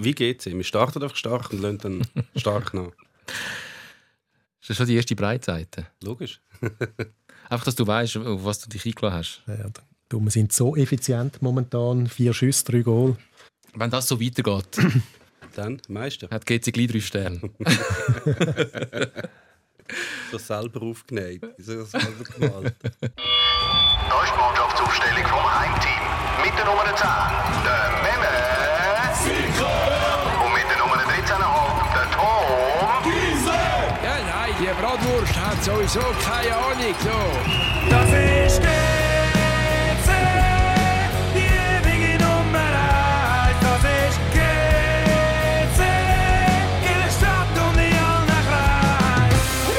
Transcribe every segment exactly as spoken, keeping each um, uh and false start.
wie G C. Wir starten einfach stark und lassen dann stark nach. Ist das schon die erste Breitseite? Logisch. Einfach, dass du weißt, auf was du dich eingeladen hast. Ja, du, wir sind so effizient momentan. Vier Schüsse, drei Goal. Wenn das so weitergeht, dann Meister. Hat G C gleich drei Sterne. So selber aufgenäht. So selber gemalt. Da ist die Mannschaftsaufstellung vom Heimteam. Mit der Nummer zehn, der Memme. Und mit der Nummer dreizehn Komma fünf, der Tom. Ja, nein, die Bratwurst hat sowieso keine Ahnung. So. Das ist G C, die ewige Nummer eins. Das ist G C, in der Stadt und in allen Kreisen.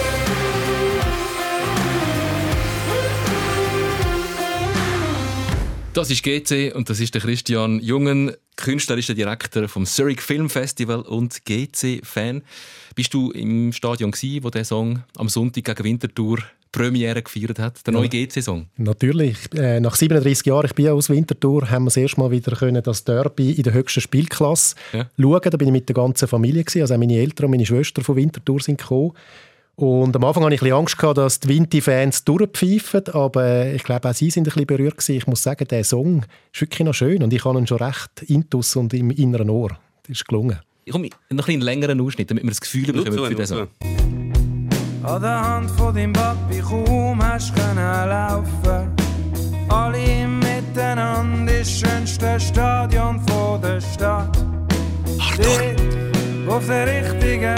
Das ist G C und das ist der Christian Jungen, künstlerischer Direktor vom Zurich Film Festival und G C-Fan. Bist du im Stadion gsi, wo der Song am Sonntag gegen Winterthur Premiere gefeiert hat, der neue ja. G C-Song? Natürlich. Äh, nach siebenunddreissig Jahren, ich bin ja aus Winterthur, haben wir das erste Mal wieder können, das Derby in der höchsten Spielklasse ja. schauen. Da bin ich mit der ganzen Familie gewesen. Also meine Eltern und meine Schwester von Winterthur sind gekommen. Und am Anfang hatte ich ein bisschen Angst gehabt, dass die Winti-Fans durchpfeifen, aber ich glaube, auch sie sind ein bisschen berührt gewesen. Ich muss sagen, der Song ist wirklich noch schön und ich habe ihn schon recht intus und im inneren Ohr. Das ist gelungen. Ich komme noch einen längeren Ausschnitt, damit wir das Gefühl bekommen für den Song. An der Hand von deinem Papi kaum hast können laufen. Alle miteinander das schönste Stadion von der Stadt. Steht auf der richtigen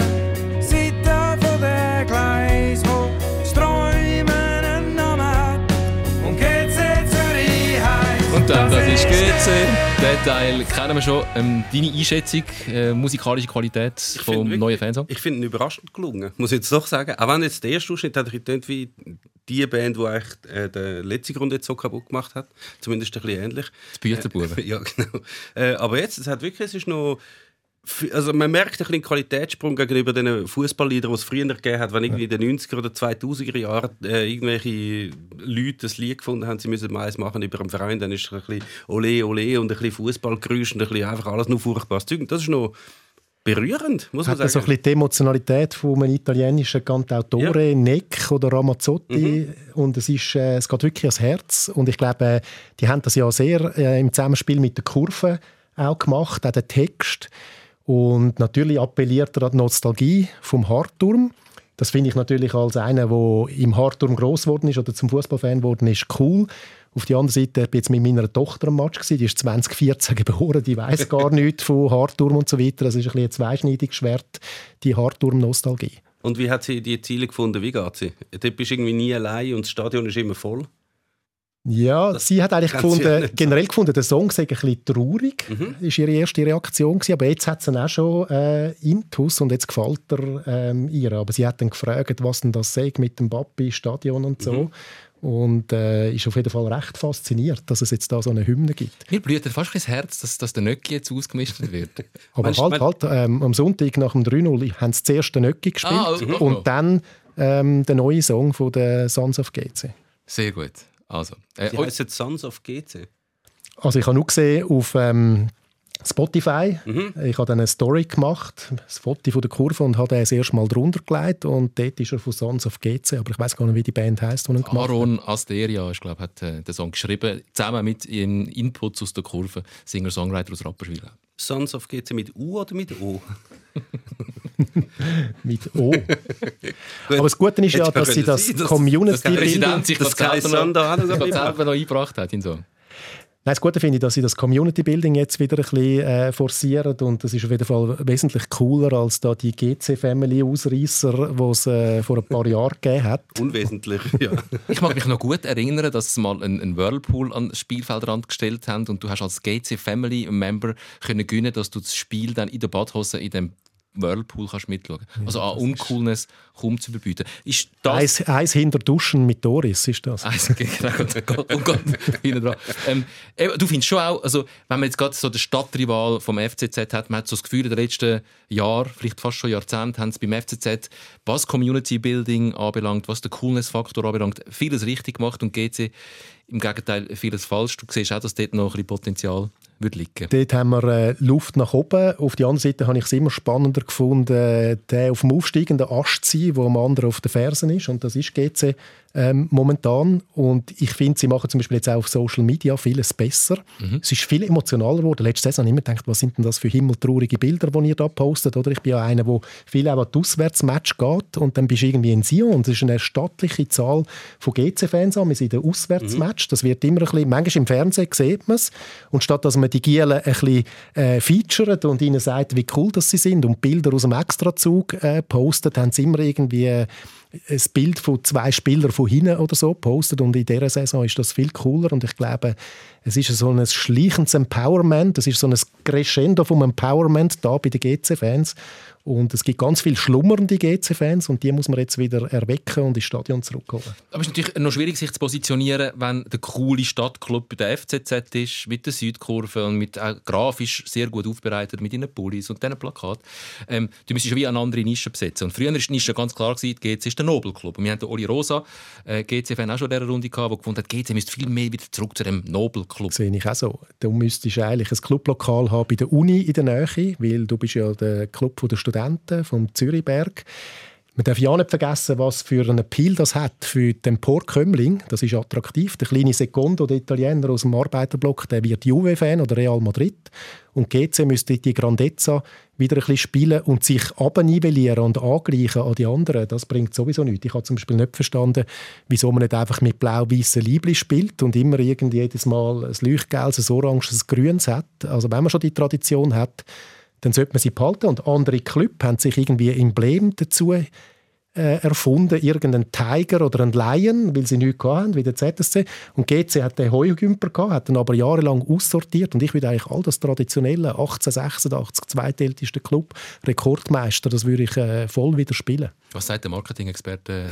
Seite von der Gleis, wo das Träumen einen Namen hat und G C Zürich heisst. Und dann, das ist G C. Den Teil kennen wir schon. Ähm, deine Einschätzung, äh, musikalische Qualität vom neuen Fansong? Ich finde ihn überraschend gelungen, muss ich jetzt doch sagen. Auch wenn jetzt der erste Ausschnitt hat getönt wie die Band, die eigentlich äh, den letzten Grund jetzt so kaputt gemacht hat. Zumindest ein bisschen ähnlich. Das Bücherbuben. Äh, ja, genau. Äh, aber jetzt, es hat wirklich, es ist noch... Also man merkt ein bisschen Qualitätssprung gegenüber den Fußballliedern, die es früher gegeben hat, wenn irgendwie in den neunziger oder zweitausender Jahren äh, irgendwelche Leute ein Lied gefunden haben, sie müssen mal eins machen über einen Verein, dann ist es ein bisschen Ole, Ole und ein bisschen Fußballgeräusch und ein bisschen einfach alles nur furchtbares Zeug. Das ist noch berührend, muss man hat sagen. Hat so ein bisschen die Emotionalität von einem italienischen Cantautore, ja. Neck oder Ramazzotti. Mhm. Und es, ist, äh, es geht wirklich ans Herz. Und ich glaube, die haben das ja sehr äh, im Zusammenspiel mit der Kurve auch gemacht, auch der Text. Und natürlich appelliert er an die Nostalgie vom Hartturm. Das finde ich natürlich als einer, der im Hartturm gross geworden ist oder zum Fußballfan geworden ist, cool. Auf der anderen Seite, ich war jetzt mit meiner Tochter am Match, die ist zwanzig vierzehn geboren, die weiss gar nichts von Hartturm und so weiter. Das ist ein bisschen ein zweischneidiges Schwert, die Hartturm-Nostalgie. Und wie hat sie die Ziele gefunden? Wie geht sie? Dort bist du irgendwie nie allein und das Stadion ist immer voll. Ja, das sie hat eigentlich gefunden, generell gefunden, der Song sei ein bisschen traurig. Mhm. Das war ihre erste Reaktion gewesen, aber jetzt hat sie ihn auch schon äh, intus und jetzt gefällt er ähm, ihr. Aber sie hat dann gefragt, was denn das sei mit dem Papi, Stadion und so. Mhm. Und äh, ist auf jeden Fall recht fasziniert, dass es jetzt da so eine Hymne gibt. Mir blüht fast das Herz, dass, dass der Nöcki jetzt ausgemistet wird. Aber Mensch, halt, halt, ähm, am Sonntag nach dem drei null haben sie zuerst den Nöcki gespielt ah, also, oh, oh. und dann ähm, den neuen Song von den Sons of G C. Sehr gut. Also, äh, Sie heißt jetzt Sons of G C? Also ich habe nur gesehen auf ähm, Spotify. Mhm. Ich habe dann eine Story gemacht, das Foto von der Kurve, und habe das erste Mal drunter gelegt. Und dort ist er von Sons of G C, aber ich weiß gar nicht, wie die Band heisst, die ihn gemacht Aaron hat. Asteria, ich glaube, hat äh, den Song geschrieben, zusammen mit ihren Inputs aus der Kurve, Singer-Songwriter aus Rapperswil. Sons of G C mit U oder mit O? Mit O. Aber das Gute ist ja, dass sie das, das Community... Der Präsident sich das das selber noch, noch eingebracht hat. In so. Nein, das Gute finde ich, dass sie das Community-Building jetzt wieder ein bisschen äh, forcieren, und das ist auf jeden Fall wesentlich cooler als da die G C-Family-Ausreisser, die es äh, vor ein paar Jahren gegeben hat. Unwesentlich, ja. Ich mag mich noch gut erinnern, dass sie mal einen, einen Whirlpool an den Spielfeldrand gestellt haben und du hast als G C-Family-Member können gewinnen, dass du das Spiel dann in der Badhose in dem Whirlpool kannst mitschauen. Also an Uncoolness kaum zu überbieten. Ist das... Eins, eins hinter Duschen mit Doris ist das. Eins, genau. Oh Gott, hinten dran. Ähm, du findest schon auch, also, wenn man jetzt gerade so den Stadtrival vom F C Z hat, man hat so das Gefühl, in den letzten Jahren, vielleicht fast schon Jahrzehnten, haben sie beim F C Z, was Community Building anbelangt, was den Coolness-Faktor anbelangt, vieles richtig gemacht und G C im Gegenteil vieles falsch. Du siehst auch, dass dort noch ein bisschen Potenzial würde liegen. Dort haben wir äh, Luft nach oben. Auf der anderen Seite habe ich es immer spannender gefunden, äh, der auf dem aufsteigenden Ast zu sein, wo am anderen auf den Fersen ist. Und das ist G C ähm, momentan. Und ich finde, sie machen zum Beispiel jetzt auch auf Social Media vieles besser. Mhm. Es ist viel emotionaler geworden. Letzte Saison habe ich immer gedacht, was sind denn das für himmeltraurige Bilder, die ihr da postet? Oder ich bin ja einer, der viel auch an die Auswärtsmatch geht. Und dann bist du irgendwie in Sion. Und es ist eine stattliche Zahl von G C-Fans an. Wir sind in der Auswärtsmatch. Mhm. Das wird immer ein bisschen, manchmal im Fernsehen sieht man es. Und statt dass man die Gielen ein bisschen äh, featuret und ihnen sagt, wie cool das sie sind und Bilder aus dem Extrazug äh, postet, haben sie immer irgendwie äh, ein Bild von zwei Spielern von hinten oder so gepostet. Und in dieser Saison ist das viel cooler. Und ich glaube, es ist so ein schleichendes Empowerment. Es ist so ein Crescendo vom Empowerment da bei den G C-Fans. Und es gibt ganz viele schlummernde G C-Fans und die muss man jetzt wieder erwecken und ins Stadion zurückholen. Aber es ist natürlich noch schwierig, sich zu positionieren, wenn der coole Stadtclub bei der F C Z ist, mit der Südkurve und mit auch grafisch sehr gut aufbereitet, mit ihren Pullis und diesen Plakaten. Ähm, du müsstest wie eine andere Nische besetzen. Und früher war die Nische ganz klar, gewesen, G C ist der Nobelclub. Und wir haben den Oli Rosa, äh, G C-Fan, auch schon in dieser Runde gehabt, der gefunden hat, G C müsste viel mehr wieder zurück zu dem Nobelclub. Das sehe ich auch so. Du müsstest eigentlich ein Clublokal haben bei der Uni in der Nähe, weil du bist ja der Club der Studenten vom Zürichberg. Man darf ja nicht vergessen, was für einen Appeal das hat für den Emporkömmling. Das ist attraktiv. Der kleine Secondo, der Italiener aus dem Arbeiterblock, der wird Juve-Fan oder Real Madrid. Und G C müsste die Grandezza wieder ein bisschen spielen und sich abnivellieren und angleichen an die anderen. Das bringt sowieso nichts. Ich habe zum Beispiel nicht verstanden, wieso man nicht einfach mit blau-weißen Liebli spielt und immer irgendwie jedes Mal ein leuchtgelbes, ein oranges, ein grünes hat. Also wenn man schon die Tradition hat, dann sollte man sie behalten. Und andere Clubs haben sich irgendwie ein Emblem dazu äh, erfunden, irgendeinen Tiger oder einen Lion, weil sie nichts hatten, wie der Z S C. Und G C hat den Heugümper gehabt, hat ihn aber jahrelang aussortiert. Und ich würde eigentlich all das traditionelle, achtzehnhundertsechsundachtzig, zweitälteste Club, Rekordmeister, das würde ich äh, voll wieder spielen. Was sagt der Marketing-Experte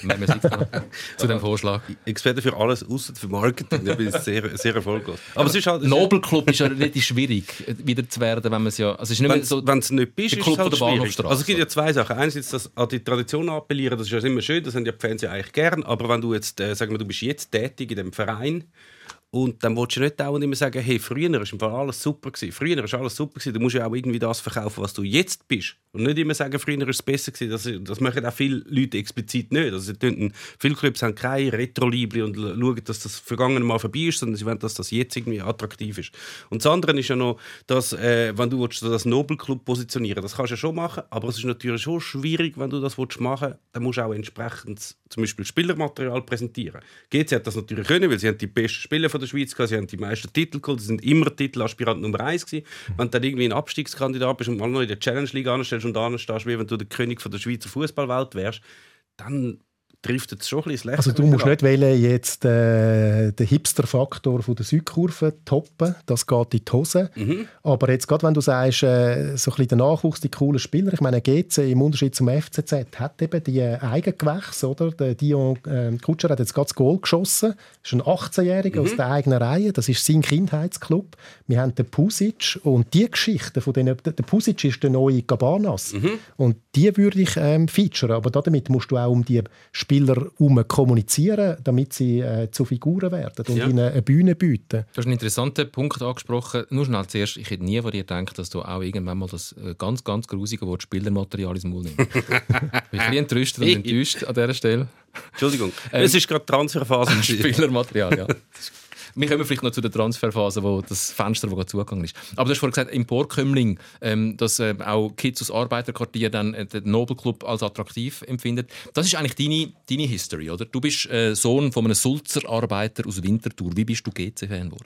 zu diesem Vorschlag? Experte für alles, außer für Marketing. Da bin ich sehr, sehr erfolgreich. Aber es ist halt, Nobelclub ist ja relativ schwierig, wieder zu werden, wenn man es ja... Also es ist nicht mehr so wenn es nicht bist, ist es halt schwierig. Also es gibt ja zwei Sachen. Einerseits das an die Tradition appellieren, das ist ja immer schön, das haben ja die Fans ja eigentlich gern. Aber wenn du jetzt, äh, sagen wir, du bist jetzt tätig in dem Verein, und dann willst du nicht dauernd immer sagen, hey, früher war im Fall alles super gewesen. Früher war alles super gewesen. Du musst ja auch irgendwie das verkaufen, was du jetzt bist. Und nicht immer sagen, früher war es besser gewesen. Das, das machen auch viele Leute explizit nicht. Also, viele Clubs haben keine Retro-Liebli und schauen, dass das vergangene Mal vorbei ist, sondern sie wollen, dass das jetzt irgendwie attraktiv ist. Und das andere ist ja noch, dass, äh, wenn du willst, das Nobelclub positionieren, das kannst du ja schon machen, aber es ist natürlich schon schwierig, wenn du das willst machen, dann musst du auch entsprechend zum Beispiel Spielermaterial präsentieren. G C hat das natürlich können, weil sie haben die besten Spieler von der Schweiz gehabt, sie haben die meisten Titel geholt, sie sind immer Titelaspirant Nummer eins gewesen. Wenn du dann irgendwie ein Abstiegskandidat bist und mal noch in der Challenge League anstellst und anstehst, wie wenn du der König von der Schweizer Fußballwelt wärst, dann trifft es schon ein bisschen Also du musst nicht wählen, jetzt äh, den Hipster-Faktor der Südkurve toppen, das geht in die Hose. Mhm. Aber jetzt gerade wenn du sagst, äh, so ein bisschen der Nachwuchs, die coolen Spieler, ich meine, G C im Unterschied zum F C Z hat eben die äh, Eigengewächse, oder? Der Dion äh, Kutscher hat jetzt gerade das Goal geschossen, das ist ein achtzehnjähriger mhm. aus der eigenen Reihe, das ist sein Kindheitsclub. Wir haben den Pusic und die Geschichte von denen, der Pusic ist der neue Cabanas mhm. und die würde ich ähm, featuren, aber damit musst du auch um die Spieler herum kommunizieren, damit sie äh, zu Figuren werden und ja. ihnen eine Bühne bieten. Du hast einen interessanten Punkt angesprochen. Nur schnell zuerst, ich hätte nie von dir gedacht, dass du auch irgendwann mal das ganz, ganz grusige Wort Spielermaterial ins Maul nimmst. Ich bin ein bisschen entrüstet und enttäuscht an dieser Stelle. Entschuldigung, ähm, es ist gerade Transferphase. Spielermaterial, ja. Wir kommen vielleicht noch zu der Transferphase, wo das Fenster, das gerade zugegangen ist. Aber du hast vorhin gesagt, Emporkömmling, ähm, dass äh, auch Kids aus Arbeiterquartieren dann äh, den Nobelclub als attraktiv empfinden. Das ist eigentlich deine, deine History, oder? Du bist äh, Sohn von einem Sulzer Arbeiter aus Winterthur. Wie bist du G C-Fan geworden?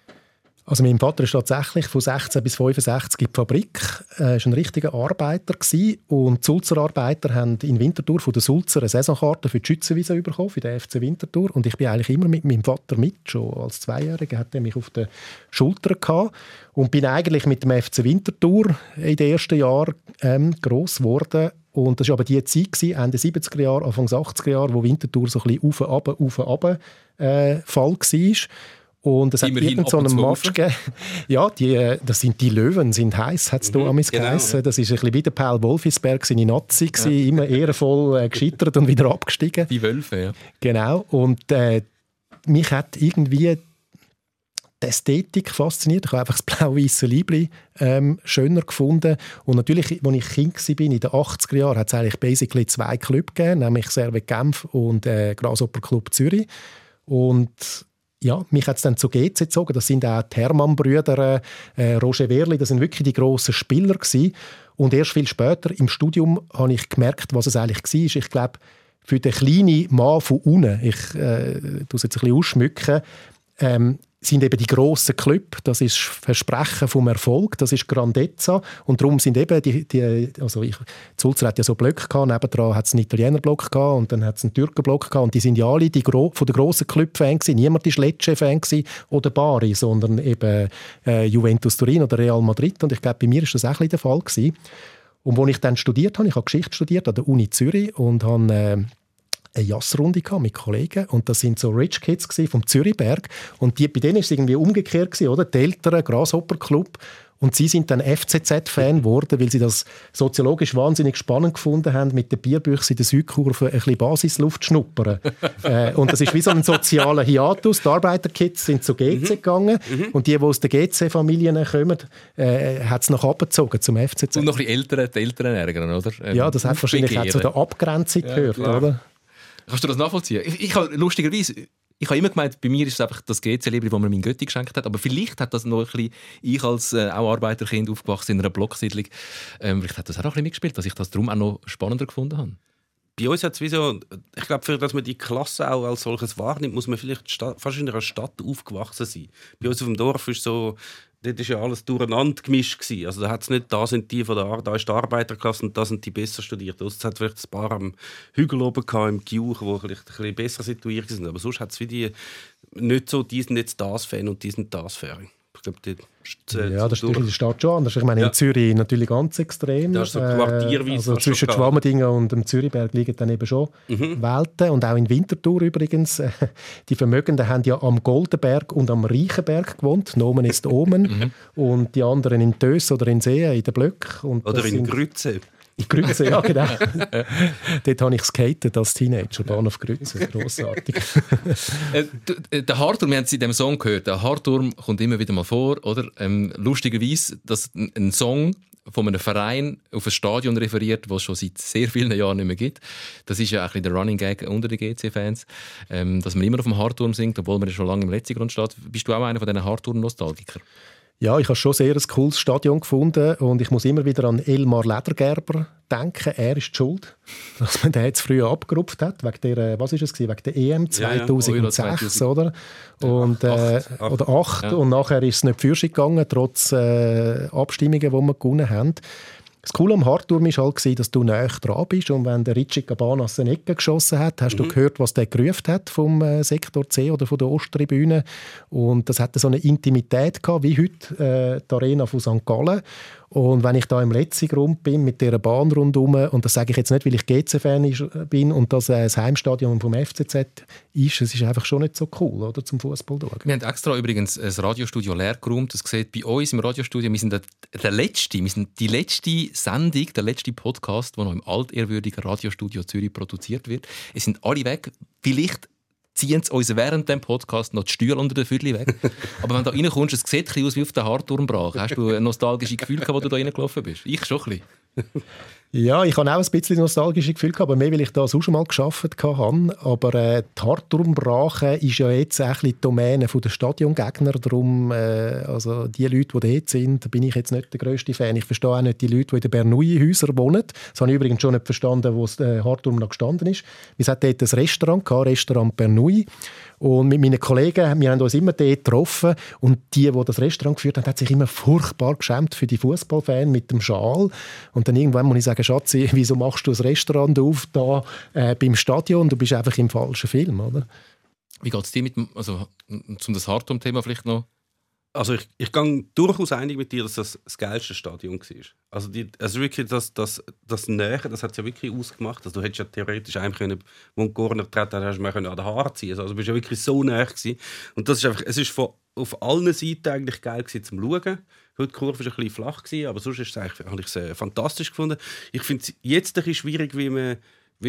Also mein Vater ist tatsächlich von sechzehn bis fünfundsechzig in der Fabrik. Er war ein richtiger Arbeiter gewesen. Und die Sulzer Arbeiter haben in Winterthur von der Sulzer eine Saisonkarte für die Schützenwiese bekommen, für den F C Winterthur. Und ich bin eigentlich immer mit meinem Vater mit. Schon als Zweijähriger hat er mich auf den Schultern gehabt. Und bin eigentlich mit dem F C Winterthur in den ersten Jahren ähm, gross geworden. Und das war aber die Zeit, Ende siebziger Jahre, Anfang achtziger Jahre, wo Winterthur so ein bisschen auf und ab, auf und ab äh, Fall war. Und es hat irgend so einen Match gegeben. Ja, die, das sind die Löwen, sind heiß, hat es mhm, da genau, geheißen. Das war ein bisschen wie der Paul Wolfisberg, seine Nazi, ja. immer ehrenvoll äh, gescheitert und wieder abgestiegen. Die Wölfe, ja. Genau. Und äh, mich hat irgendwie die Ästhetik fasziniert. Ich habe einfach das blau-weisse Liebli ähm, schöner gefunden. Und natürlich, als ich Kind war, in den achtziger Jahren, hat es eigentlich basically zwei Clubs gegeben, nämlich Servet Genf und äh, Grasshopper Club Zürich. Und ja, mich hat es dann zu G C gezogen. Das sind auch die Hermann-Brüder, äh, Roger Wehrli, das sind wirklich die grossen Spieler gewesen. Und erst viel später im Studium habe ich gemerkt, was es eigentlich war. Ich glaube, für den kleinen Mann von unten, ich äh, tue es jetzt ein bisschen ausschmücken, ähm, sind eben die grossen Clubs, das ist Versprechen vom Erfolg, das ist Grandezza und darum sind eben die, die also ich, Sulzer hat ja so Blöcke gehabt, nebendran hat es einen Italiener-Block gehabt und dann hat es einen Türken-Block gehabt und die sind ja alle die Gro- von den grossen Club-Fan gewesen. Niemand war Lecce-Fan oder Bari, sondern eben äh, Juventus Turin oder Real Madrid und ich glaube, bei mir war das auch ein bisschen der Fall gewesen. Und als ich dann studiert habe, ich habe Geschichte studiert an der Uni Zürich und habe äh, eine Jassrunde mit Kollegen und das sind so Rich Kids vom Zürichberg und die, bei denen war es irgendwie umgekehrt gewesen, oder? Die Eltern, Grasshopper Club und sie sind dann F C Z-Fan geworden, weil sie das soziologisch wahnsinnig spannend gefunden haben, mit den Bierbüchsen in der Südkurve ein bisschen Basisluft schnuppern. äh, und das ist wie so ein sozialer Hiatus. Die Arbeiterkids sind zu G C gegangen mhm. und die, die aus den G C-Familien kommen, äh, hat es nach oben gezogen zum F C Z. Und noch ein bisschen Eltern, die Eltern ärgern, oder? Ähm, ja, das hat wahrscheinlich auch zu der Abgrenzung ja, gehört, klar. Oder? Kannst du das nachvollziehen? Ich, ich habe lustigerweise, ich habe immer gemeint, bei mir ist es einfach das G C-Liebli, das mir mein Götti geschenkt hat. Aber vielleicht hat das noch ein bisschen, ich als äh, auch Arbeiterkind aufgewachsen in einer Blocksiedlung, ähm, vielleicht hat das auch noch ein bisschen mitgespielt, dass ich das darum auch noch spannender gefunden habe. Bei uns hat es wie so, ich glaube, für dass man die Klasse auch als solches wahrnimmt, muss man vielleicht Stadt, fast in einer Stadt aufgewachsen sein. Bei uns auf dem Dorf ist so, dort war ja alles durcheinander gemischt gewesen. Also da hat es nicht, da sind die von der Ar- da ist die Arbeiterklasse und da sind die besser Studierten. Es hat vielleicht ein paar am Hügel oben gehabt, im Giuch, die vielleicht ein bisschen besser situiert sind. Aber sonst hat es wie die nicht so, die sind jetzt das Fan und die sind das Fan. Ich glaube, die, äh, ja, das ist in der Stadt schon anders. Ich meine, ja. in Zürich natürlich ganz extrem. Das ist so quartierweise. Äh, also zwischen Schwammerdingen und dem Zürichberg liegen dann eben schon mhm. Welten. Und auch in Winterthur übrigens. Äh, die Vermögenden haben ja am Goldenberg und am Reichenberg gewohnt. Nomen ist Omen. Mhm. Und die anderen in Tös oder in Seen, in den Blöcken. Und oder in Grütze. In Grütze, ja genau. Dort habe ich skatet als Teenager, Bahnhof Grütze, grossartig. äh, der Hartturm, wir haben es in diesem Song gehört, der Hartturm kommt immer wieder mal vor, oder? Ähm, lustigerweise, dass ein Song von einem Verein auf ein Stadion referiert, das es schon seit sehr vielen Jahren nicht mehr gibt. Das ist ja auch ein bisschen der Running Gag unter den G C-Fans, ähm, dass man immer auf dem Hartturm singt, obwohl man schon lange im Letzigrund steht. Bist du auch einer von diesen Hartturm-Nostalgikern? Ja, ich habe schon sehr ein cooles Stadion gefunden und ich muss immer wieder an Elmar Ledergerber denken. Er ist die schuld, dass man den jetzt früher abgerupft hat, wegen der, was ist es gewesen, wegen der E M zweitausendsechs, ja, ja. oder? Und, äh, acht, acht. Oder acht. Ja. Und nachher ist es nicht für sich gegangen, trotz äh, Abstimmungen, die wir gewonnen haben. Das Coole am Hartturm war halt, dass du näher dran bist und wenn der Richie Cabanas eine Ecke geschossen hat, hast mhm. du gehört, was der gerufen hat vom äh, Sektor C oder von der Osttribüne. Und das hatte so eine Intimität gehabt, wie heute äh, die Arena von Sankt Gallen. Und wenn ich da im Letzigrund bin, mit dieser Bahn rundherum, und das sage ich jetzt nicht, weil ich G C-Fan bin und das äh, das Heimstadion vom F C Z ist, es ist einfach schon nicht so cool, oder, zum Fußball schauen. Wir haben extra übrigens ein Radiostudio leer geräumt. Das sieht bei uns im Radiostudio, wir sind der, der letzte, wir sind die letzte Sendung, der letzte Podcast, der noch im altehrwürdigen Radiostudio Zürich produziert wird. Es sind alle weg. Vielleicht ziehen sie uns während dem Podcast noch die Stühle unter den Viertel weg. Aber wenn du da reinkommst, es sieht aus wie auf der Hartturmbrach. Hast du ein nostalgisches Gefühl gehabt, wo du da reingelaufen bist? Ich schon ein bisschen. Ja, ich habe auch ein bisschen nostalgische Gefühl gehabt, aber mehr, weil ich da auch schon mal gearbeitet habe. Aber äh, die Hartturmbrache ist ja jetzt ein bisschen die Domäne der Stadiongegner. Darum, äh, also die Leute, die dort sind, bin ich jetzt nicht der grösste Fan. Ich verstehe auch nicht die Leute, die in den Bernouilli-Häusern wohnen. Das habe ich übrigens schon nicht verstanden, wo der äh, Hartturm noch gestanden ist. Wir hatten dort ein Restaurant, Restaurant Bernouilli. Und mit meinen Kollegen, wir haben uns immer dort getroffen und die, die das Restaurant geführt haben, hat sich immer furchtbar geschämt für die Fußballfans mit dem Schal. Und dann irgendwann muss ich sagen, Schatzi, wieso machst du ein Restaurant auf da äh, beim Stadion? Du bist einfach im falschen Film, oder? Wie geht es dir mit dem, also zum das Hartturm-Thema vielleicht noch? Also ich, ich gehe durchaus einig mit dir, dass das das geilste Stadion war. Also, die, also wirklich das, das, das Nähe, das hat es ja wirklich ausgemacht. Also du hättest ja theoretisch einem können, wo ein Corner treten hat, hast du an den Haaren ziehen. Also du bist ja wirklich so nah gewesen. Und das ist einfach, es ist von, auf allen Seiten eigentlich geil gewesen zum Schauen. Heute die Kurve war ein bisschen flach gewesen, aber sonst ist es eigentlich, habe ich es fantastisch gefunden. Ich finde es jetzt ein bisschen schwierig, wie man, weil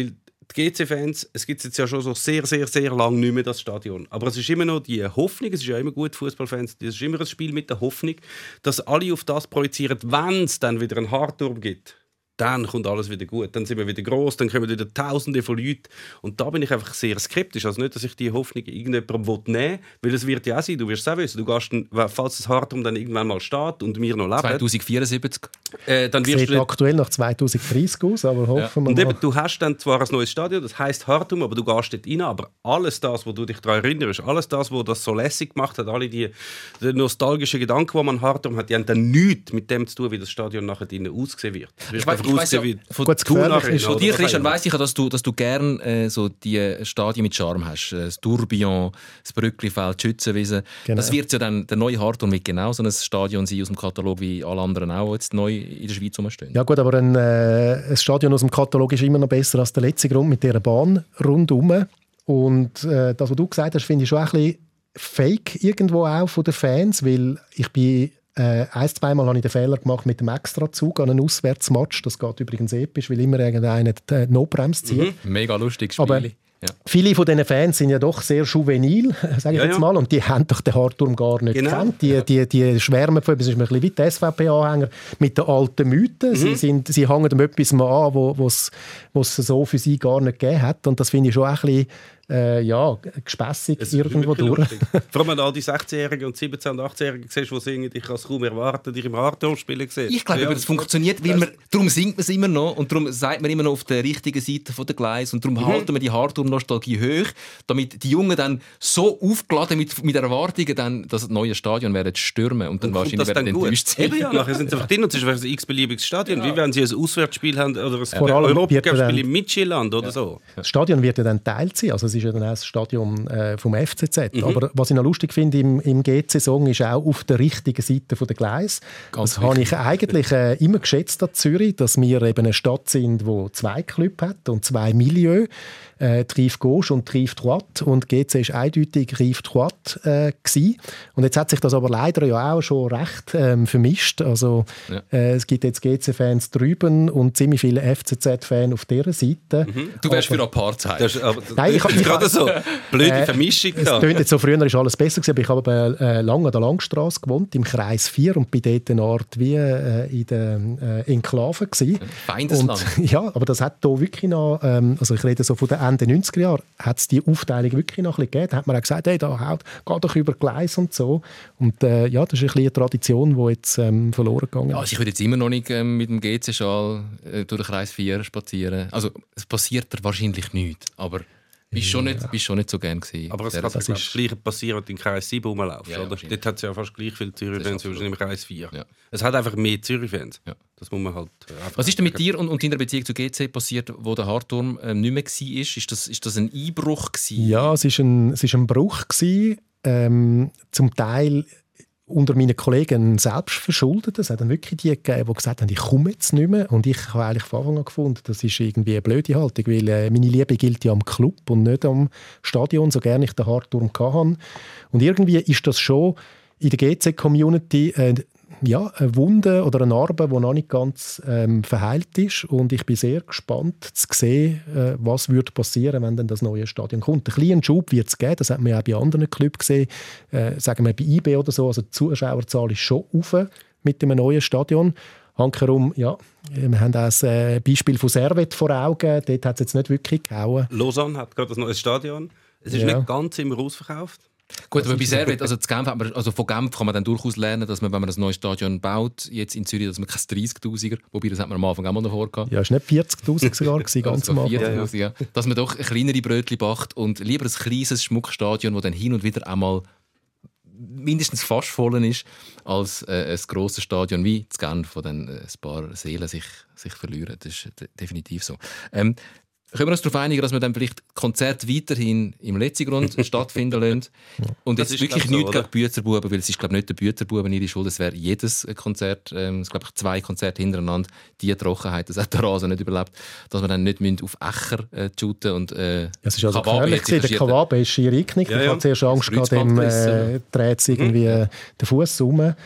die G C-Fans, es gibt jetzt ja schon so sehr, sehr, sehr lange nicht mehr das Stadion. Aber es ist immer noch die Hoffnung, es ist ja immer gut, Fußballfans, es ist immer ein Spiel mit der Hoffnung, dass alle auf das projizieren, wenn es dann wieder einen Hardturm gibt. Dann kommt alles wieder gut. Dann sind wir wieder gross, dann kommen wieder Tausende von Leuten. Und da bin ich einfach sehr skeptisch. Also nicht, dass ich die Hoffnung irgendjemandem nehmen will, weil es wird ja auch sein, du wirst es auch wissen, du gehst dann, falls das Hardturm dann irgendwann mal steht und wir noch leben. zwanzig vierundsiebzig. Äh, dann wirst Sieht du aktuell nach zwanzig dreißig aus, aber hoffen ja. wir Und mal. eben, du hast dann zwar ein neues Stadion, das heisst Hardturm, aber du gehst dort rein, aber alles das, wo du dich daran erinnerst, alles das, was das so lässig gemacht hat, alle die, die nostalgischen Gedanken, die man an Hardturm hat, die haben dann nichts mit dem zu tun, wie das Stadion nachher drinnen aussehen wird. Ich weiss, ich weiss ja, von, Gut, gefährlich ist von dir, Christian, weiss ich ja, dass du, dass du gerne äh, so die Stadien mit Charme hast. Das Tourbillon, das Brücklifeld, die Schützenwiese. Genau. Das wird ja dann, der neue Hardturm wird genau so ein Stadion sein aus dem Katalog wie alle anderen auch, die jetzt neu in der Schweiz rumstehen. Ja gut, aber ein, äh, ein Stadion aus dem Katalog ist immer noch besser als der letzte Grund mit dieser Bahn rundherum. Und äh, das, was du gesagt hast, finde ich schon ein bisschen fake irgendwo auch von den Fans, weil ich bin Äh, ein-, zweimal habe ich den Fehler gemacht mit dem Extrazug an einem Auswärtsmatch. Das geht übrigens episch, weil immer irgendeiner die Notbremse zieht. Mhm. Mega lustiges Aber Spiel. Ja. Viele von diesen Fans sind ja doch sehr juvenil, sage ich ja, jetzt ja. mal, und die haben doch den Hardturm gar nicht genau. gekannt. Die, die, die schwärmen von, das ist ein bisschen wie die S V P-Anhänger, mit den alten Mythen. Mhm. Sie, sind, sie hängen dem etwas an, was es so für sie gar nicht gegeben hat. Und das finde ich schon ein bisschen äh, ja, gespässig irgendwo durch. Vor allem, wenn du all die sechzehnjährigen und siebzehn- und achtzehnjährigen siehst, die singen, ich kann es kaum erwarten, dich im Hardturm spielen sehen. Ich glaube, ja, das funktioniert, weil man, darum singt man es immer noch und darum sagt man immer noch auf der richtigen Seite der Gleis und darum mhm. halten wir die Hardturm-Nostalgie hoch, damit die Jungen dann so aufgeladen mit, mit Erwartungen, dann, dass das neue Stadion werden stürmen und dann und wahrscheinlich werden enttäuscht sein. Eben ja, nachher sind sie einfach drin und es ist ein x-beliebiges Stadion, ja. Wie wenn sie ein Auswärtsspiel haben oder ein ja. Europacup-Spiel im Midtjylland oder ja. so. Das Stadion wird ja dann Teil sein, also es ist ja dann auch das Stadion äh, vom F C Z. Mhm. Aber was ich noch lustig finde im, im G C-Song ist auch auf der richtigen Seite der Gleis. Ganz das habe ich eigentlich äh, immer geschätzt an Zürich, dass wir eben eine Stadt sind, die zwei Clubs hat und zwei Milieus. Äh, Rive Gauche und Rive Droite. Und G C war eindeutig Rive Droite. Äh, und jetzt hat sich das aber leider ja auch schon recht ähm, vermischt. Also, ja. äh, es gibt jetzt G C-Fans drüben und ziemlich viele F C Z-Fans auf dieser Seite. Mhm. Du wärst aber, für Apartheid. Das ist, aber, Nein, ich, ich, gerade so blöde äh, Vermischung. Es klingt jetzt so, früher war alles besser gewesen, aber ich habe äh, lange an der Langstrasse gewohnt, im Kreis vier, und bin dort eine Art wie äh, in der äh, Enklave gewesen. Feindesland. Und, ja, aber das hat hier wirklich noch, ähm, also ich rede so von den Ende neunziger Jahre, hat es die Aufteilung wirklich noch ein bisschen gegeben. Da hat man auch gesagt, hey, da haut, geh doch über Gleis und so. Und äh, ja, das ist ein bisschen eine Tradition, die jetzt ähm, verloren gegangen ist. Also ich würde jetzt immer noch nicht ähm, mit dem G C-Schal äh, durch den Kreis vier spazieren. Also es passiert da wahrscheinlich nichts, aber bist schon nicht, bist schon nicht so gern gewesen. Aber es kann das das Gleiche passieren, wenn du in Kreis sieben rumlaufst. Ja, oder? Dort hat es ja fast gleich viele Zürich-Fans wie im Kreis vier. Ja. Es hat einfach mehr Zürich-Fans. Ja. Das muss man halt Was ist denn mit dir und, und deiner Beziehung zu G C passiert, wo der Hardturm ähm, nicht mehr war? Ist das, ist das ein Einbruch gewesen? Ja, es war ein, es ist ein Bruch gewesen, ähm, zum Teil unter meinen Kollegen selbst verschuldet. Es hat dann wirklich die gegeben, die gesagt haben, ich komme jetzt nicht mehr. Und ich habe eigentlich von Anfang an gefunden, das ist irgendwie eine blöde Haltung, weil äh, meine Liebe gilt ja am Club und nicht am Stadion, so gerne ich den Hardturm hatte. Und irgendwie ist das schon in der G C-Community äh, ja, eine Wunde oder eine Narbe, die noch nicht ganz ähm, verheilt ist. Und ich bin sehr gespannt zu sehen, äh, was würde passieren, wenn dann das neue Stadion kommt. Einen kleinen Schub wird es geben, das hat man ja auch bei anderen Clubs gesehen. Äh, sagen wir bei I B oder so, also die Zuschauerzahl ist schon rauf mit dem neuen Stadion. Hankerum, ja, wir haben auch ein äh, Beispiel von Servette vor Augen, dort hat es jetzt nicht wirklich gehauen. Lausanne hat gerade ein neues Stadion. Es ist ja. nicht ganz immer ausverkauft. Gut, aber bei Servette, also, Genf hat man, also von Genf kann man dann durchaus lernen, dass man, wenn man ein neues Stadion baut, jetzt in Zürich, dass man kein dreißigtausiger, wobei das hat man am Anfang auch mal davor gehabt. Ja, es war nicht vierzigtausend sogar, ganz am Anfang. Ja, ja. Dass man doch kleinere Brötchen backt und lieber ein kleines Schmuckstadion, das dann hin und wieder einmal mindestens fast voll ist, als äh, ein grosses Stadion wie das Genf, wo dann ein paar Seelen sich, sich verlieren. Das ist de- definitiv so. Ähm, Können wir uns darauf einigen, dass wir dann vielleicht Konzerte weiterhin im Letzigrund stattfinden lassen? Und das jetzt ist, wirklich so, nichts oder? gegen Büetzerbuben, weil es ist, glaube ich, nicht der Büetzerbuben ihre Schuld. Es wäre jedes Konzert, ähm, es glaube ich zwei Konzerte hintereinander, die Trockenheit, das hat der Rasen nicht überlebt, dass wir dann nicht auf Ächer äh, shooten und äh, ja, es ist also gefährlich gewesen. Der Kawabe ist schier eingeknickt. Ja, ja. Ich hatte zuerst Angst, dass dem äh, dreht irgendwie mhm. den Fuß rum.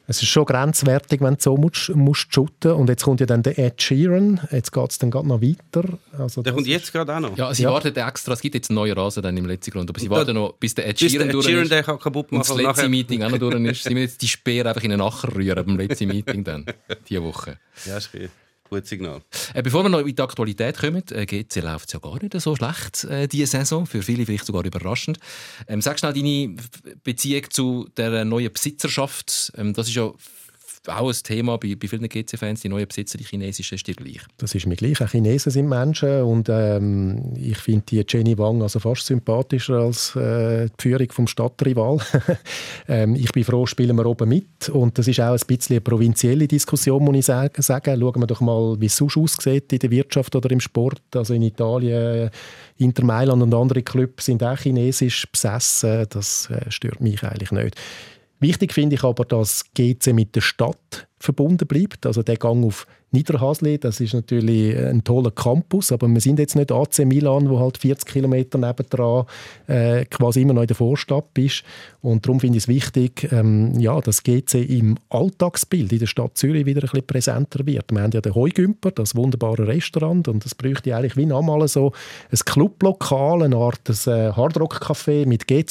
Es ist schon grenzwertig, wenn du so musst, musst shooten. Und jetzt kommt ja dann der Ed Sheeran. Jetzt geht es dann gerade noch weiter. Also der kommt jetzt gerade auch noch. Ja, sie ja. warten extra. Es gibt jetzt einen neuen Rasen dann im letzten Grund. Aber sie warten noch, bis der Ed bis Sheeran der durch Sheeran ist. Den kann kaputt machen, und das letzte nachher... Meeting auch noch durch ist. Sie müssen jetzt die Speer einfach in den Nacher rühren beim letzten Meeting dann. Diese Woche. Ja, ist ein gutes Signal. Äh, bevor wir noch in die Aktualität kommen, äh, G C läuft es ja gar nicht so schlecht äh, diese Saison. Für viele vielleicht sogar überraschend. Ähm, sag schnell deine Beziehung zu der neuen Besitzerschaft. Ähm, das ist ja auch ein Thema bei, bei vielen G C-Fans, die neuen Besitzer, die chinesischen, ist dir gleich? Das ist mir gleich. Auch Chinesen sind Menschen und ähm, ich finde die Jenny Wang also fast sympathischer als äh, die Führung vom Stadtrival. ähm, ich bin froh, spielen wir oben mit und das ist auch ein bisschen eine provinzielle Diskussion, muss ich sagen. Schauen wir doch mal, wie es sonst aussieht in der Wirtschaft oder im Sport. Also in Italien, Inter Mailand und andere Clubs sind auch chinesisch besessen. Das äh, stört mich eigentlich nicht. Wichtig finde ich aber, dass G C mit der Stadt verbunden bleibt. Also der Gang auf Niederhasli, das ist natürlich ein toller Campus, aber wir sind jetzt nicht A C Milan, wo halt vierzig Kilometer nebendran äh, quasi immer noch in der Vorstadt ist. Und darum finde ich es wichtig, ähm, ja, dass G C im Alltagsbild in der Stadt Zürich wieder ein bisschen präsenter wird. Wir haben ja den Heugümper, das wunderbare Restaurant, und das bräuchte eigentlich wie nochmal so ein Clublokal, eine Art ein Hardrock-Café mit G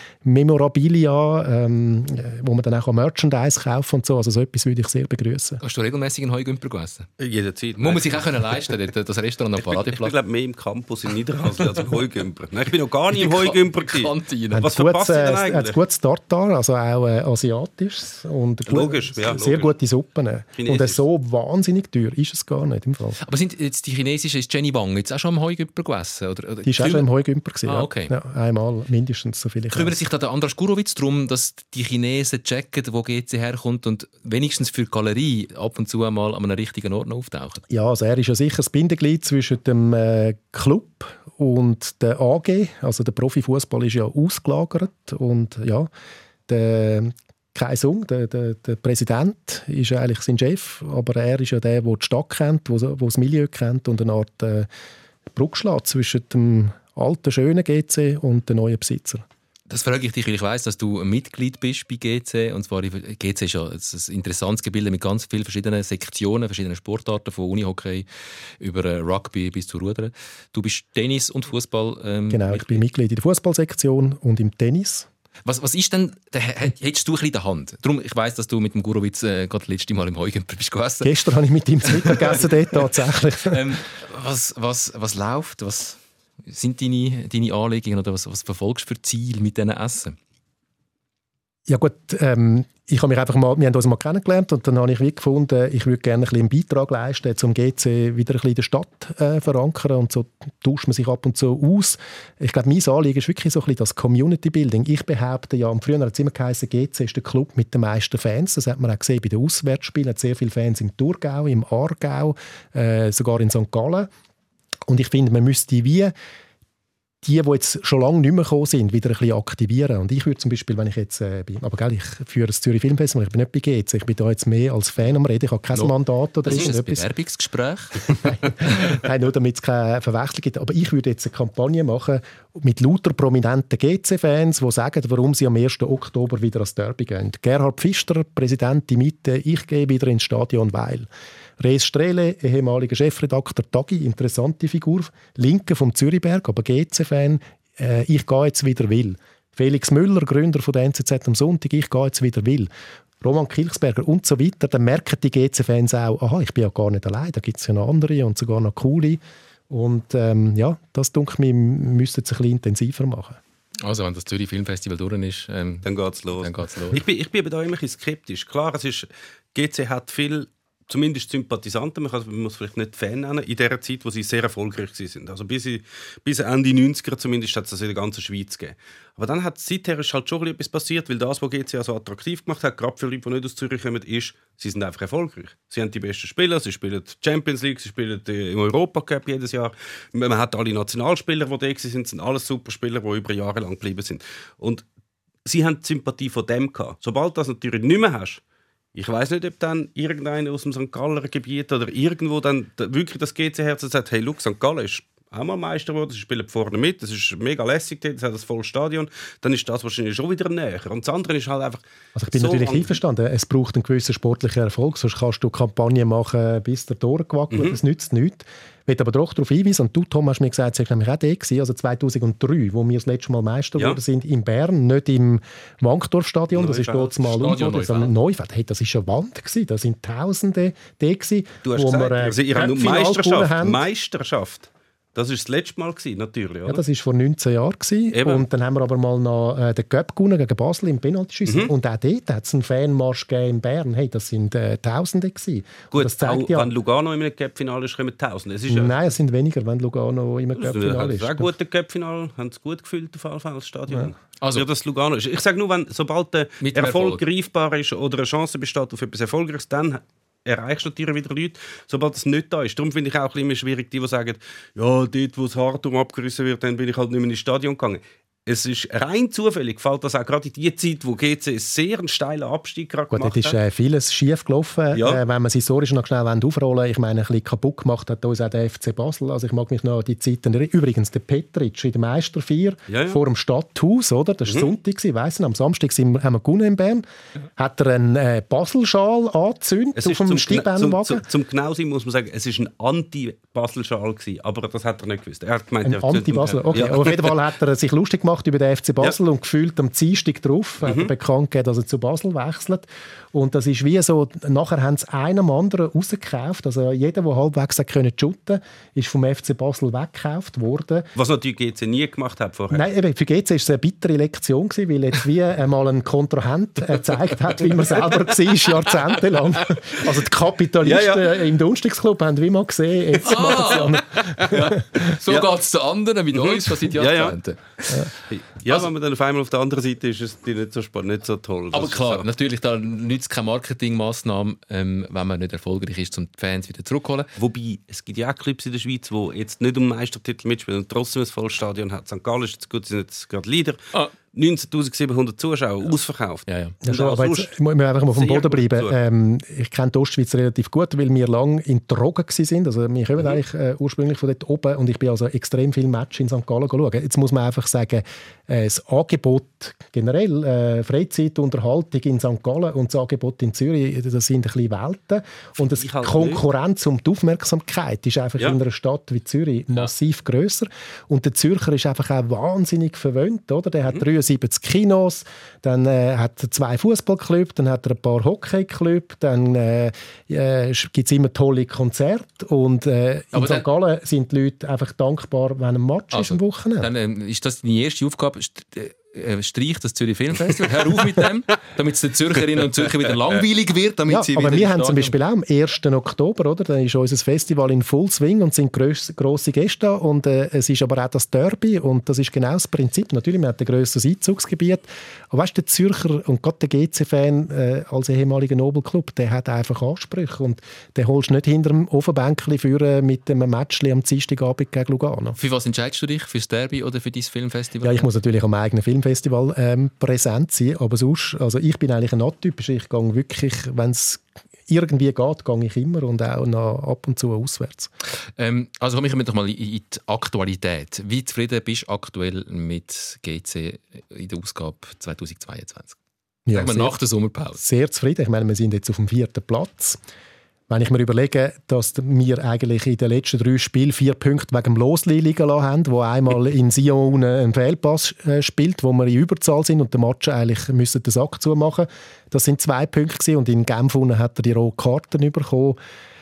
C-Memorabilia, ähm, wo man dann auch Merchandise kaufen und so. Also so etwas würde ich sehr begrüßen. Hast du regelmäßig einen Heugümper essen? Jederzeit. Muss man sich auch können leisten, das Restaurant am Paradeplatz. Ich glaube mehr im Campus in Niederhasli als im Heugümper. Nein, ich bin noch gar nicht im Heugümper. Was verpasst ihr denn eigentlich? Ein gutes Tartar, also auch äh, asiatisches und logisch, gut, ja, sehr logisch. Gute Suppen. Chinesisch. Und so wahnsinnig teuer ist es gar nicht im Fall. Aber sind jetzt die chinesische, ist Jenny Wang jetzt auch schon am Heugümper gegessen? Oder, oder die ist auch schon im Heugümper gewesen, ah, okay. ja. Ja, einmal mindestens so viele. Kümmert sich da der Andras Gurowitz darum, dass die Chinesen checken, wo G C herkommt und wenigstens für die Galerie ab und zu mal an einem richtigen Ort auftauchen? Ja, also er ist ja sicher das Bindeglied zwischen dem äh, Club und der A G. Also der Profifußball ist ja ausgelagert und ja, der Kai Sung, der, der, der Präsident, ist eigentlich sein Chef, aber er ist ja der, der die Stadt kennt, der das Milieu kennt und eine Art äh, Brücke schlägt zwischen dem alten, schönen G C und den neuen Besitzer. Das frage ich dich, weil ich weiss, dass du ein Mitglied bist bei G C. Und zwar, G C ist ja ein interessantes Gebilde mit ganz vielen verschiedenen Sektionen, verschiedenen Sportarten, von Unihockey über Rugby bis zu Rudern. Du bist Tennis und Fußball. Ähm, genau, ich bin Mitglied in der Fußballsektion und im Tennis. Was, was ist denn, da hättest du ein bisschen in der Hand? Darum, ich weiss, dass du mit dem Gurowitz äh, gerade das letzte Mal im Heugümper bist gegessen. Gestern habe ich mit ihm zu Mittag gegessen, dort tatsächlich. ähm, was, was, was läuft? Was sind deine, deine Anlegungen oder was, was verfolgst du für Ziele mit diesen Essen? Ja gut, ähm, ich habe mich einfach mal, wir haben uns mal kennengelernt und dann habe ich wie gefunden, ich würde gerne ein bisschen einen Beitrag leisten, um G C wieder ein bisschen in der Stadt äh, verankern und so tauscht man sich ab und zu aus. Ich glaube, mein Anliegen ist wirklich so ein bisschen das Community-Building. Ich behaupte ja, früher hat es immer geheißen, G C ist der Club mit den meisten Fans. Das hat man auch gesehen bei den Auswärtsspielen. Es hat sehr viele Fans im Thurgau, im Aargau, äh, sogar in Sankt Gallen. Und ich finde, man müsste wie die, die jetzt schon lange nicht mehr gekommen sind, wieder ein bisschen aktivieren. Und ich würde zum Beispiel, wenn ich jetzt äh, bin, aber gell, ich führe das Zürich Filmfestival, ich bin nicht bei G C, ich bin da jetzt mehr als Fan am Reden, ich habe kein no. Mandat oder das ist irgendetwas. ein Bewerbungsgespräch? Nein, Nein, nur damit es keine Verwechslung gibt. Aber ich würde jetzt eine Kampagne machen mit lauter prominenten G C-Fans, die sagen, warum sie am ersten Oktober wieder ans Derby gehen. Gerhard Pfister, Präsident in Mitte, ich gehe wieder ins Stadion, weil... Rees Strehle, ehemaliger Chefredakteur Tagi, interessante Figur, Linke vom Zürichberg, aber G C-Fan, äh, ich gehe jetzt wieder will. Felix Müller, Gründer von der N Z Z am Sonntag, ich gehe jetzt wieder will. Roman Kilchsberger und so weiter, dann merken die G C-Fans auch, aha, ich bin ja gar nicht allein, da gibt es ja noch andere und sogar noch coole. Und ähm, ja, das denke ich, wir müssten es ein bisschen intensiver machen. Also, wenn das Zürich Filmfestival durch ist, ähm, dann geht es los. Dann geht's los. Ich bin, ich bin da immer ein bisschen skeptisch. Klar, es ist, G C hat viel, zumindest Sympathisanten, man, kann, man muss vielleicht nicht Fan nennen, in der Zeit, wo sie sehr erfolgreich sind. Also bis, bis Ende neunziger zumindest hat es das in der ganzen Schweiz gegeben. Aber dann hat seither ist halt schon etwas passiert, weil das, was G C so attraktiv gemacht hat, gerade für Leute, die nicht aus Zürich kommen, ist, sie sind einfach erfolgreich. Sie haben die besten Spieler, sie spielen Champions League, sie spielen im Europacup jedes Jahr. Man hat alle Nationalspieler, die da sind, sind alles super Spieler, die über Jahre lang geblieben sind. Und sie haben die Sympathie von dem gehabt. Sobald du das natürlich nicht mehr hast, ich weiss nicht, ob dann irgendeiner aus dem Sankt Galler Gebiet oder irgendwo dann wirklich das G C-Herz sagt, hey, look, Sankt Gallen ist auch mal Meister geworden, sie spielen vorne mit, das ist mega lässig, das hat das volles Stadion, dann ist das wahrscheinlich schon wieder näher. Und das andere ist halt einfach... Also ich bin so natürlich lang... einverstanden, es braucht einen gewissen sportlichen Erfolg, sonst kannst du Kampagnen machen, bis der Tor gewackelt, mhm. das nützt nichts. Ich will aber doch darauf hinweisen, und du, Tom, hast mir gesagt, es war nämlich auch der gewesen, also zweitausenddrei, wo wir das letzte Mal Meister ja. geworden sind, in Bern, nicht im Wankdorf-Stadion, das ist dort mal umgebaut, sondern Neufeld. Hey, das war eine Wand gewesen, da sind Tausende da gewesen, du hast wo gesagt, wir äh, also ihr habt nur Meisterschaft, Meisterschaft. Das war das letzte Mal, gewesen, natürlich. Oder? Ja, das war vor neunzehn Jahren. Gewesen. Und dann haben wir aber mal noch äh, den Cup gewonnen gegen Basel im Penaltyschiessen. Mhm. Und auch dort hat es einen Fanmarsch in Bern. Hey, das sind äh, Tausende gewesen. Gut, das zeigt auch ja, wenn Lugano in einem Cup-Finale ist, kommen Tausende. Es ist ja, nein, es sind weniger, wenn Lugano in einem Cup-Finale ist. Das ist ein gutes Cup-Finale. Haben es gut gefühlt, auf jeden Fall, das Stadion. Ja. Also, ja, das Lugano ist. Ich sage nur, wenn, sobald der Erfolg, Erfolg greifbar ist oder eine Chance besteht auf etwas Erfolgreiches, dann erreichst du natürlich wieder Leute, sobald es nicht da ist. Darum finde ich auch ein bisschen schwierig, die, die sagen, ja, dort, wo es hart um abgerissen wird, dann bin ich halt nicht mehr ins Stadion gegangen. Es ist rein zufällig, fällt das auch gerade in die Zeit, wo G C einen sehr steilen Abstieg gerade Gut, gemacht hat. Gut, dort ist äh, vieles schief gelaufen. Ja. Äh, wenn man es historisch noch schnell aufrollen will, ich meine, ein bisschen kaputt gemacht hat uns auch der F C Basel. Also ich mag mich noch an die Zeiten erinnern. Übrigens, der Petritsch in der Meisterfeier ja, ja. vor dem Stadthaus, oder? Das war mhm. Sonntag, ich weiss nicht, am Samstag sind wir, haben wir gewonnen in Bern. Ja. Hat er einen äh, Baselschal angezündet auf dem Stiebennenwagen? Zum, zum genau sein muss man sagen, es war ein Anti-Baselschal, aber das hat er nicht gewusst. Er hat gemeint, ein Anti-Basel, okay. Ja. Auf jeden Fall hat er sich lustig gemacht über den F C Basel. Ja. Und gefühlt am Dienstag drauf mhm. hat er bekannt gegeben, dass er zu Basel wechselt. Und das ist wie so, nachher haben sie einen am anderen rausgekauft. Also jeder, der halbwegs shooten konnte, ist vom F C Basel weggekauft worden. Was natürlich G C nie gemacht hat vorher. Nein, eben, für G C war es eine bittere Lektion, weil jetzt wie einmal ein Kontrahent gezeigt hat, wie man selber war, jahrzehntelang. Also die Kapitalisten ja, ja. im Dunstigsclub haben wie mal gesehen, jetzt ah. ja. So ja. geht es den anderen mit uns schon seit Jahrzehnten. Ja, ja. ja also, wenn man dann auf einmal auf der anderen Seite ist, ist es nicht so spannend, nicht so toll. Aber klar, so. Natürlich da nützt es keine Marketingmaßnahme, ähm, wenn man nicht erfolgreich ist, um die Fans wieder zurückzuholen. Wobei, es gibt ja auch Clubs in der Schweiz, die jetzt nicht um Meistertitel mitspielen und trotzdem ein volles Stadion hat. Sankt Gallen ist jetzt gut, sind jetzt gerade Leader. Ah. neunzehntausendsiebenhundert Zuschauer, ja. ausverkauft. Ja, ja. Ja, schon, aber jetzt müssen wir einfach mal auf dem Boden bleiben. Ähm, ich kenne die Ostschweiz relativ gut, weil wir lange in Drogen waren. Also wir kommen mhm. eigentlich äh, ursprünglich von dort oben und ich bin also extrem viele Matches in Sankt Gallen schauen. Jetzt muss man einfach sagen, äh, das Angebot generell, äh, Freizeitunterhaltung in Sankt Gallen und das Angebot in Zürich, das sind ein bisschen Welten. Und die halt Konkurrenz nicht. Um die Aufmerksamkeit ist einfach ja. in einer Stadt wie Zürich massiv ja. grösser. Und der Zürcher ist einfach auch wahnsinnig verwöhnt. Oder? Der hat mhm. siebzig Kinos, dann äh, hat er zwei Fußballclubs, dann hat er ein paar Hockeyclubs, dann äh, äh, gibt es immer tolle Konzerte und äh, in Sankt Gallen sind die Leute einfach dankbar, wenn ein Match also, ist am Wochenende. Dann äh, ist das deine erste Aufgabe, streich das Zürich Filmfestival, hör auf mit dem, damit es den Zürcherinnen und Zürcher wieder langweilig wird, damit ja, sie aber wieder wir haben zum Beispiel auch am ersten Oktober, oder? Dann ist unser Festival in Full Swing und sind gross, grosse Gäste da und äh, es ist aber auch das Derby und das ist genau das Prinzip. Natürlich, man hat ein grösseres Einzugsgebiet, aber weißt du, der Zürcher und gerade der G C-Fan äh, als ehemaliger Nobelclub, der hat einfach Ansprüche und den holst du nicht hinter dem Ofenbänkchen führen mit einem Matchli am Dienstagabend gegen Lugano. Für was entscheidest du dich? Für das Derby oder für dein Filmfestival? Ja, ich muss natürlich am eigenen Film Festival ähm, präsent sein, aber sonst, also ich bin eigentlich ein atypischer, ich gehe wirklich, wenn es irgendwie geht, gehe ich immer und auch noch ab und zu auswärts. Ähm, also kommen wir doch mal in die Aktualität. Wie zufrieden bist du aktuell mit G C in der Ausgabe zweitausendzweiundzwanzig? Ja, Sagen wir nach der Sommerpause. Sehr zufrieden, ich meine, wir sind jetzt auf dem vierten Platz. Wenn ich mir überlege, dass wir eigentlich in den letzten drei Spielen vier Punkte wegen dem Losli liegen lassen haben, wo einmal in Sion einen Fehlpass äh, spielt, wo wir in Überzahl sind und der Match eigentlich müssen den Sack zumachen. Das sind zwei Punkte gewesen, und in Genf hat er die roten Karten bekommen.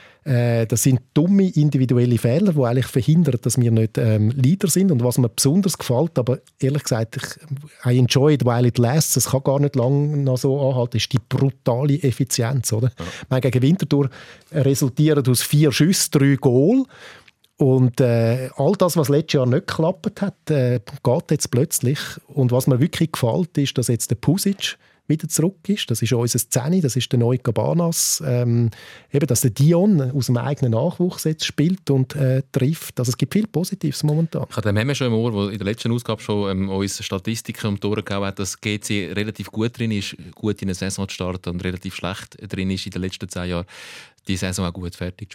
Äh, das sind dumme individuelle Fehler, die eigentlich verhindern, dass wir nicht ähm, Leader sind. Und was mir besonders gefällt, aber ehrlich gesagt, ich, I enjoy it while it lasts, es kann gar nicht lange noch so anhalten, ist die brutale Effizienz. Oder? Ja. Meine, gegen Winterthur resultieren aus vier Schüssen drei Goal. Und äh, all das, was letztes Jahr nicht geklappt hat, äh, geht jetzt plötzlich. Und was mir wirklich gefällt, ist, dass jetzt der Pusic wieder zurück ist. Das ist unser Zeni, das ist der neue Cabanas. Ähm, eben, dass der Dion aus dem eigenen Nachwuchs jetzt spielt und äh, trifft. Also es gibt viel Positives momentan. Ich hatte den Meme schon im Ohr, der in der letzten Ausgabe schon ähm, uns Statistiken um die Ohren gegeben hat, dass G C relativ gut drin ist, gut in eine Saison zu starten und relativ schlecht drin ist in den letzten zehn Jahren, die Saison auch gut fertig zu spielen.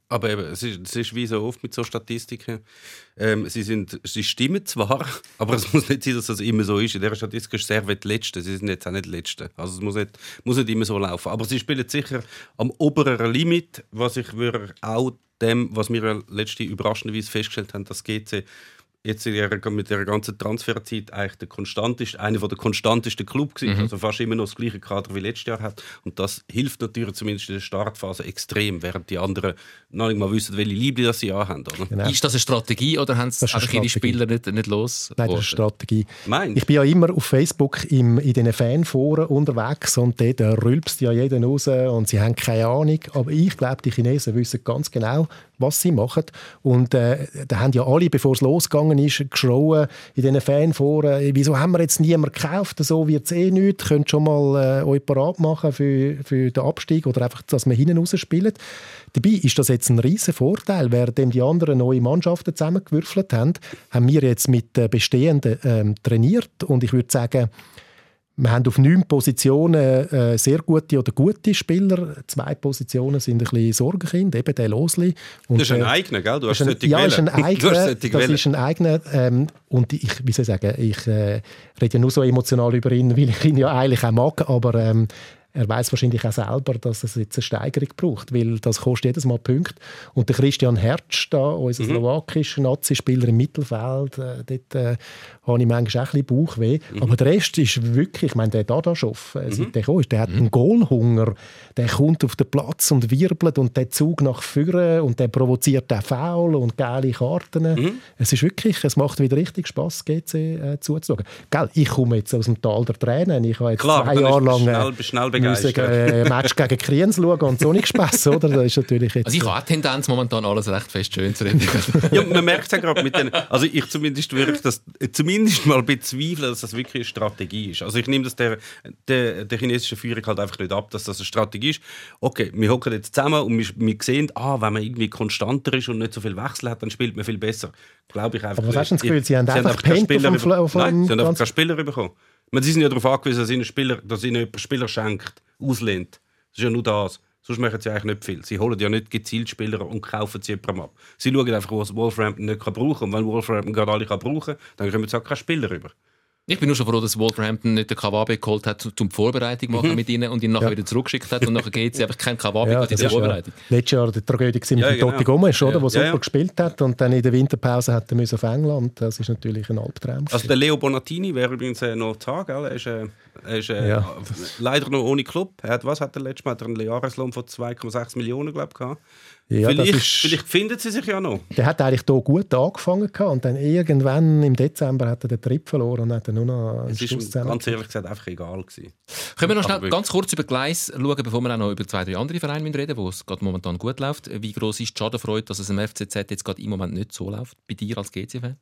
Aber eben, es ist, es ist wie so oft mit so Statistiken. Ähm, sie, sind, sie stimmen zwar, aber es muss nicht sein, dass das immer so ist. In dieser Statistik ist Servet die Letzte. Sie sind jetzt auch nicht die Letzte. Also es muss nicht, muss nicht immer so laufen. Aber sie spielen sicher am oberen Limit, was ich würde auch dem, was wir letzte überraschenderweise festgestellt haben, dass G C jetzt in der, mit der ganzen Transferzeit eigentlich der konstanteste, einer der konstantesten Clubs gewesen, mhm. also fast immer noch das gleiche Kader wie letztes Jahr hat. Und das hilft natürlich zumindest in der Startphase extrem, während die anderen noch nicht mal wissen, welche Liebe das sie anhaben. Oder? Genau. Ist das eine Strategie oder haben sie einfach ihre Spieler nicht, nicht los? Nein, das ist eine Strategie. Meinst? Ich bin ja immer auf Facebook im, in diesen Fanforen unterwegs und dort rülpst ja jeder raus und sie haben keine Ahnung. Aber ich glaube, die Chinesen wissen ganz genau, was sie machen. Und äh, da haben ja alle, bevor es losgegangen ist, geschrauen in diesen Fanforen, wieso haben wir jetzt niemanden gekauft, so wird es eh nichts, könnt schon mal äh, euch parat machen für, für den Abstieg oder einfach, dass wir hinten raus spielen. Dabei ist das jetzt ein riesen Vorteil. Während die anderen neue Mannschaften zusammengewürfelt haben, haben wir jetzt mit äh, Bestehenden ähm, trainiert und ich würde sagen, wir haben auf neun Positionen äh, sehr gute oder gute Spieler. Zwei Positionen sind ein bisschen Sorgenkind, eben der Losli. Und, das ist ein äh, eigener, gell? Du hast ein, solche Ja, ist ein eigener, das wählen. ist ein eigener. Ähm, und ich, wie soll ich sagen, ich äh, rede ja nur so emotional über ihn, weil ich ihn ja eigentlich auch mag, aber ähm, er weiß wahrscheinlich auch selber, dass es jetzt eine Steigerung braucht, weil das kostet jedes Mal Punkte. Und der Christian Hertz, da, unser mhm. slowakischer Nazi-Spieler im Mittelfeld, äh, dort äh, habe ich manchmal auch ein bisschen Bauchweh. Mhm. Aber der Rest ist wirklich, ich meine, der Dadaschow, äh, seit mhm. der gekommen ist, der hat mhm. einen Goalhunger. Der kommt auf den Platz und wirbelt und der Zug nach vorne und der provoziert auch Foul und geile Karten. Mhm. Es ist wirklich, es macht wieder richtig Spass, G C äh, zuzuschauen. Gell, ich komme jetzt aus dem Tal der Tränen. Ich habe jetzt Klar, zwei Jahre lang schnell, schnell müssen ein Match gegen Kriens schauen und so nicht Spass, oder? Das ist natürlich jetzt also ich habe auch Tendenz, momentan alles recht fest schön zu reden. Ja, man merkt es ja gerade mit den, also ich zumindest würde das zumindest mal bezweifeln, dass das wirklich eine Strategie ist. Also ich nehme das der, der, der chinesischen Führung halt einfach nicht ab, dass das eine Strategie ist. Okay, wir hocken jetzt zusammen und wir, wir sehen, ah, wenn man irgendwie konstanter ist und nicht so viel Wechsel hat, dann spielt man viel besser. Glaube ich einfach. Aber was hast du das Gefühl, sie haben sie einfach gepennt auf dem auf Nein, sie haben einfach keine Spieler bekommen. meine, sie sind ja darauf angewiesen, dass ihnen, Spieler, dass ihnen jemand Spieler schenkt, auslehnt. Das ist ja nur das. Sonst machen sie eigentlich nicht viel. Sie holen ja nicht gezielt Spieler und kaufen sie jemandem ab. Sie schauen einfach, was Wolverhampton nicht brauchen kann. Und wenn Wolverhampton gerade alle brauchen kann, dann kommen sie auch keine Spieler rüber. Ich bin nur schon froh, dass Wolverhampton nicht den Kawabe geholt hat, um die Vorbereitung zu machen mhm. mit ihnen und ihn nachher ja. wieder zurückgeschickt hat. Und nachher geht es einfach kein Kawabe ja, in der Vorbereitung. Ja. Letztes Jahr die Tragödie mit ja, dem genau. Totti Gomes, oder, ja. der super ja, ja. gespielt hat und dann in der Winterpause hat er auf England. Das ist natürlich ein Albtraum. Also der Leo Bonatini wäre übrigens äh, noch da, gell? Er ist, äh, er ist äh, ja. leider noch ohne Club. Er hat, was hat er letztes Mal? Hat er einen Jahreslohn von zwei Komma sechs Millionen, glaube ich, gehabt. Ja, vielleicht, ist, vielleicht finden sie sich ja noch. Der hat eigentlich hier gut angefangen und dann irgendwann im Dezember hat er den Trip verloren und hat dann nur noch einen Schluss zusammen. Ganz ehrlich gesagt einfach egal gewesen. Können wir noch schnell ganz kurz über Gleis schauen, bevor wir auch noch über zwei, drei andere Vereine reden, wo es gerade momentan gut läuft. Wie gross ist die Schadenfreude, dass es im F C Z jetzt gerade im Moment nicht so läuft, bei dir als G C-Fan?